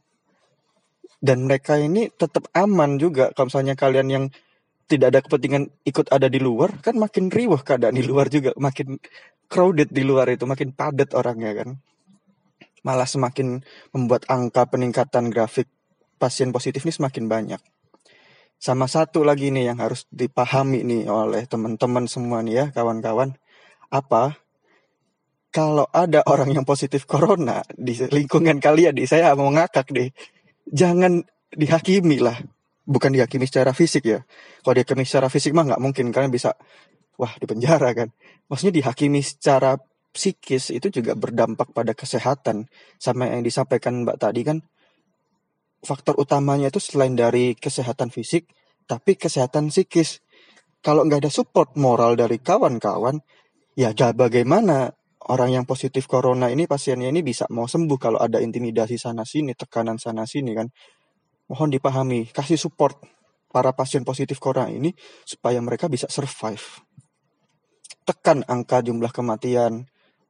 S2: dan mereka ini tetap aman juga. Kalau misalnya kalian yang tidak ada kepentingan ikut ada di luar, kan makin riuh keadaan di luar juga, makin crowded di luar itu, makin padat orangnya kan. Malah semakin membuat angka peningkatan grafik pasien positif ini semakin banyak. Sama satu lagi nih yang harus dipahami nih oleh teman-teman semua nih ya, kawan-kawan. Apa? Kalau ada orang yang positif corona di lingkungan kalian nih, saya mau ngakak deh. Jangan dihakimi lah. Bukan dihakimi secara fisik ya. Kalau dihakimi secara fisik mah nggak mungkin. Kalian bisa, wah di penjara kan. Maksudnya dihakimi secara psikis itu juga berdampak pada kesehatan. Sama yang disampaikan Mbak tadi kan, faktor utamanya itu selain dari kesehatan fisik, tapi kesehatan psikis. Kalau nggak ada support moral dari kawan-kawan, ya bagaimana orang yang positif corona ini, pasiennya ini bisa mau sembuh kalau ada intimidasi sana-sini, tekanan sana-sini kan. Mohon dipahami, kasih support para pasien positif corona ini supaya mereka bisa survive. Tekan angka jumlah kematian,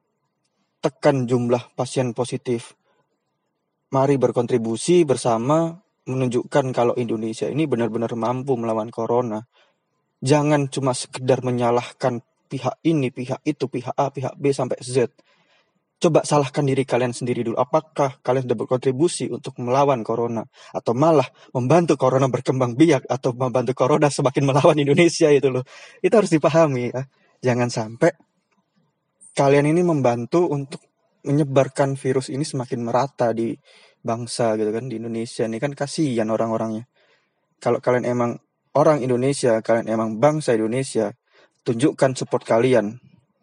S2: tekan jumlah pasien positif. Mari berkontribusi bersama menunjukkan kalau Indonesia ini benar-benar mampu melawan corona. Jangan cuma sekedar menyalahkan pihak ini, pihak itu, pihak A, pihak B sampai Z. Coba salahkan diri kalian sendiri dulu. Apakah kalian sudah berkontribusi untuk melawan corona? Atau malah membantu corona berkembang biak, atau membantu corona semakin melawan Indonesia itu loh. Itu harus dipahami ya. Jangan sampai kalian ini membantu untuk menyebarkan virus ini semakin merata di bangsa gitu kan, di Indonesia ini kan kasihan orang-orangnya. Kalau kalian emang orang Indonesia, kalian emang bangsa Indonesia, tunjukkan support kalian.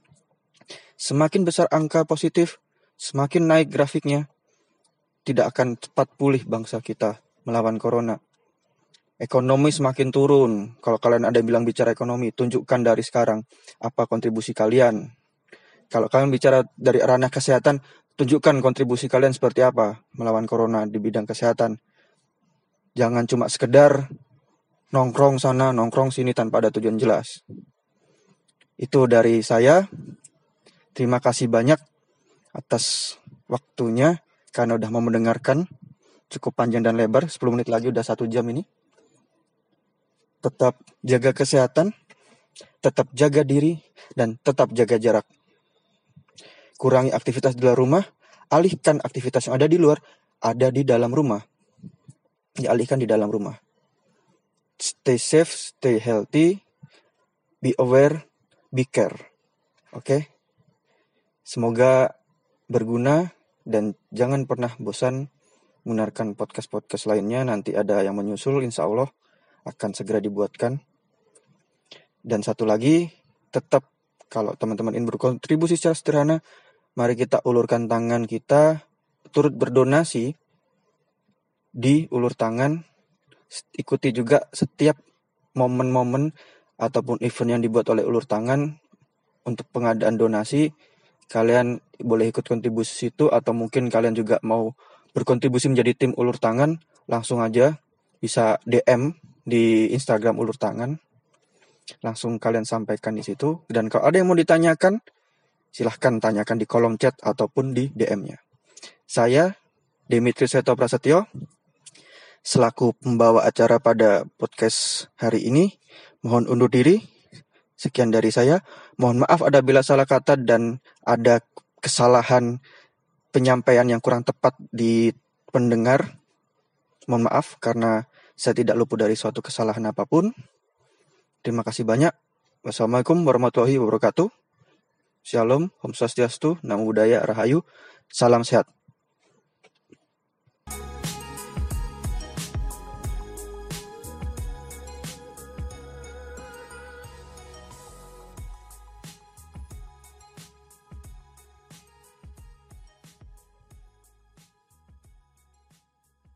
S2: Semakin besar angka positif, semakin naik grafiknya, tidak akan cepat pulih bangsa kita melawan corona. Ekonomi semakin turun. Kalau kalian ada yang bilang bicara ekonomi, tunjukkan dari sekarang apa kontribusi kalian. Kalau kalian bicara dari ranah kesehatan, tunjukkan kontribusi kalian seperti apa melawan corona di bidang kesehatan. Jangan cuma sekedar nongkrong sana, nongkrong sini tanpa ada tujuan jelas. Itu dari saya. Terima kasih banyak atas waktunya karena udah mau mendengarkan cukup panjang dan lebar. sepuluh menit lagi udah satu jam ini. Tetap jaga kesehatan, tetap jaga diri, dan tetap jaga jarak. Kurangi aktivitas di luar rumah, alihkan aktivitas yang ada di luar, ada di dalam rumah. Dialihkan di dalam rumah. Stay safe, stay healthy, be aware, be care. Oke? Okay? Semoga berguna dan jangan pernah bosan mendengarkan podcast-podcast lainnya. Nanti ada yang menyusul, insya Allah akan segera dibuatkan. Dan satu lagi, tetap kalau teman-teman ingin berkontribusi secara sederhana, mari kita ulurkan tangan kita, turut berdonasi di ulur tangan. Ikuti juga setiap momen-momen ataupun event yang dibuat oleh ulur tangan untuk pengadaan donasi. Kalian boleh ikut kontribusi situ, atau mungkin kalian juga mau berkontribusi menjadi tim ulur tangan, langsung aja bisa D M di Instagram ulur tangan. Langsung kalian sampaikan di situ. Dan kalau ada yang mau ditanyakan, silahkan tanyakan di kolom chat ataupun di D M-nya. Saya, Dimitri Seto Prasetyo, selaku pembawa acara pada podcast hari ini, mohon undur diri. Sekian dari saya. Mohon maaf apabila salah kata dan ada kesalahan penyampaian yang kurang tepat di pendengar. Mohon maaf karena saya tidak luput dari suatu kesalahan apapun. Terima kasih banyak. Wassalamualaikum warahmatullahi wabarakatuh. Shalom, Om Swastiastu, Namo Buddhaya, Rahayu, salam sehat.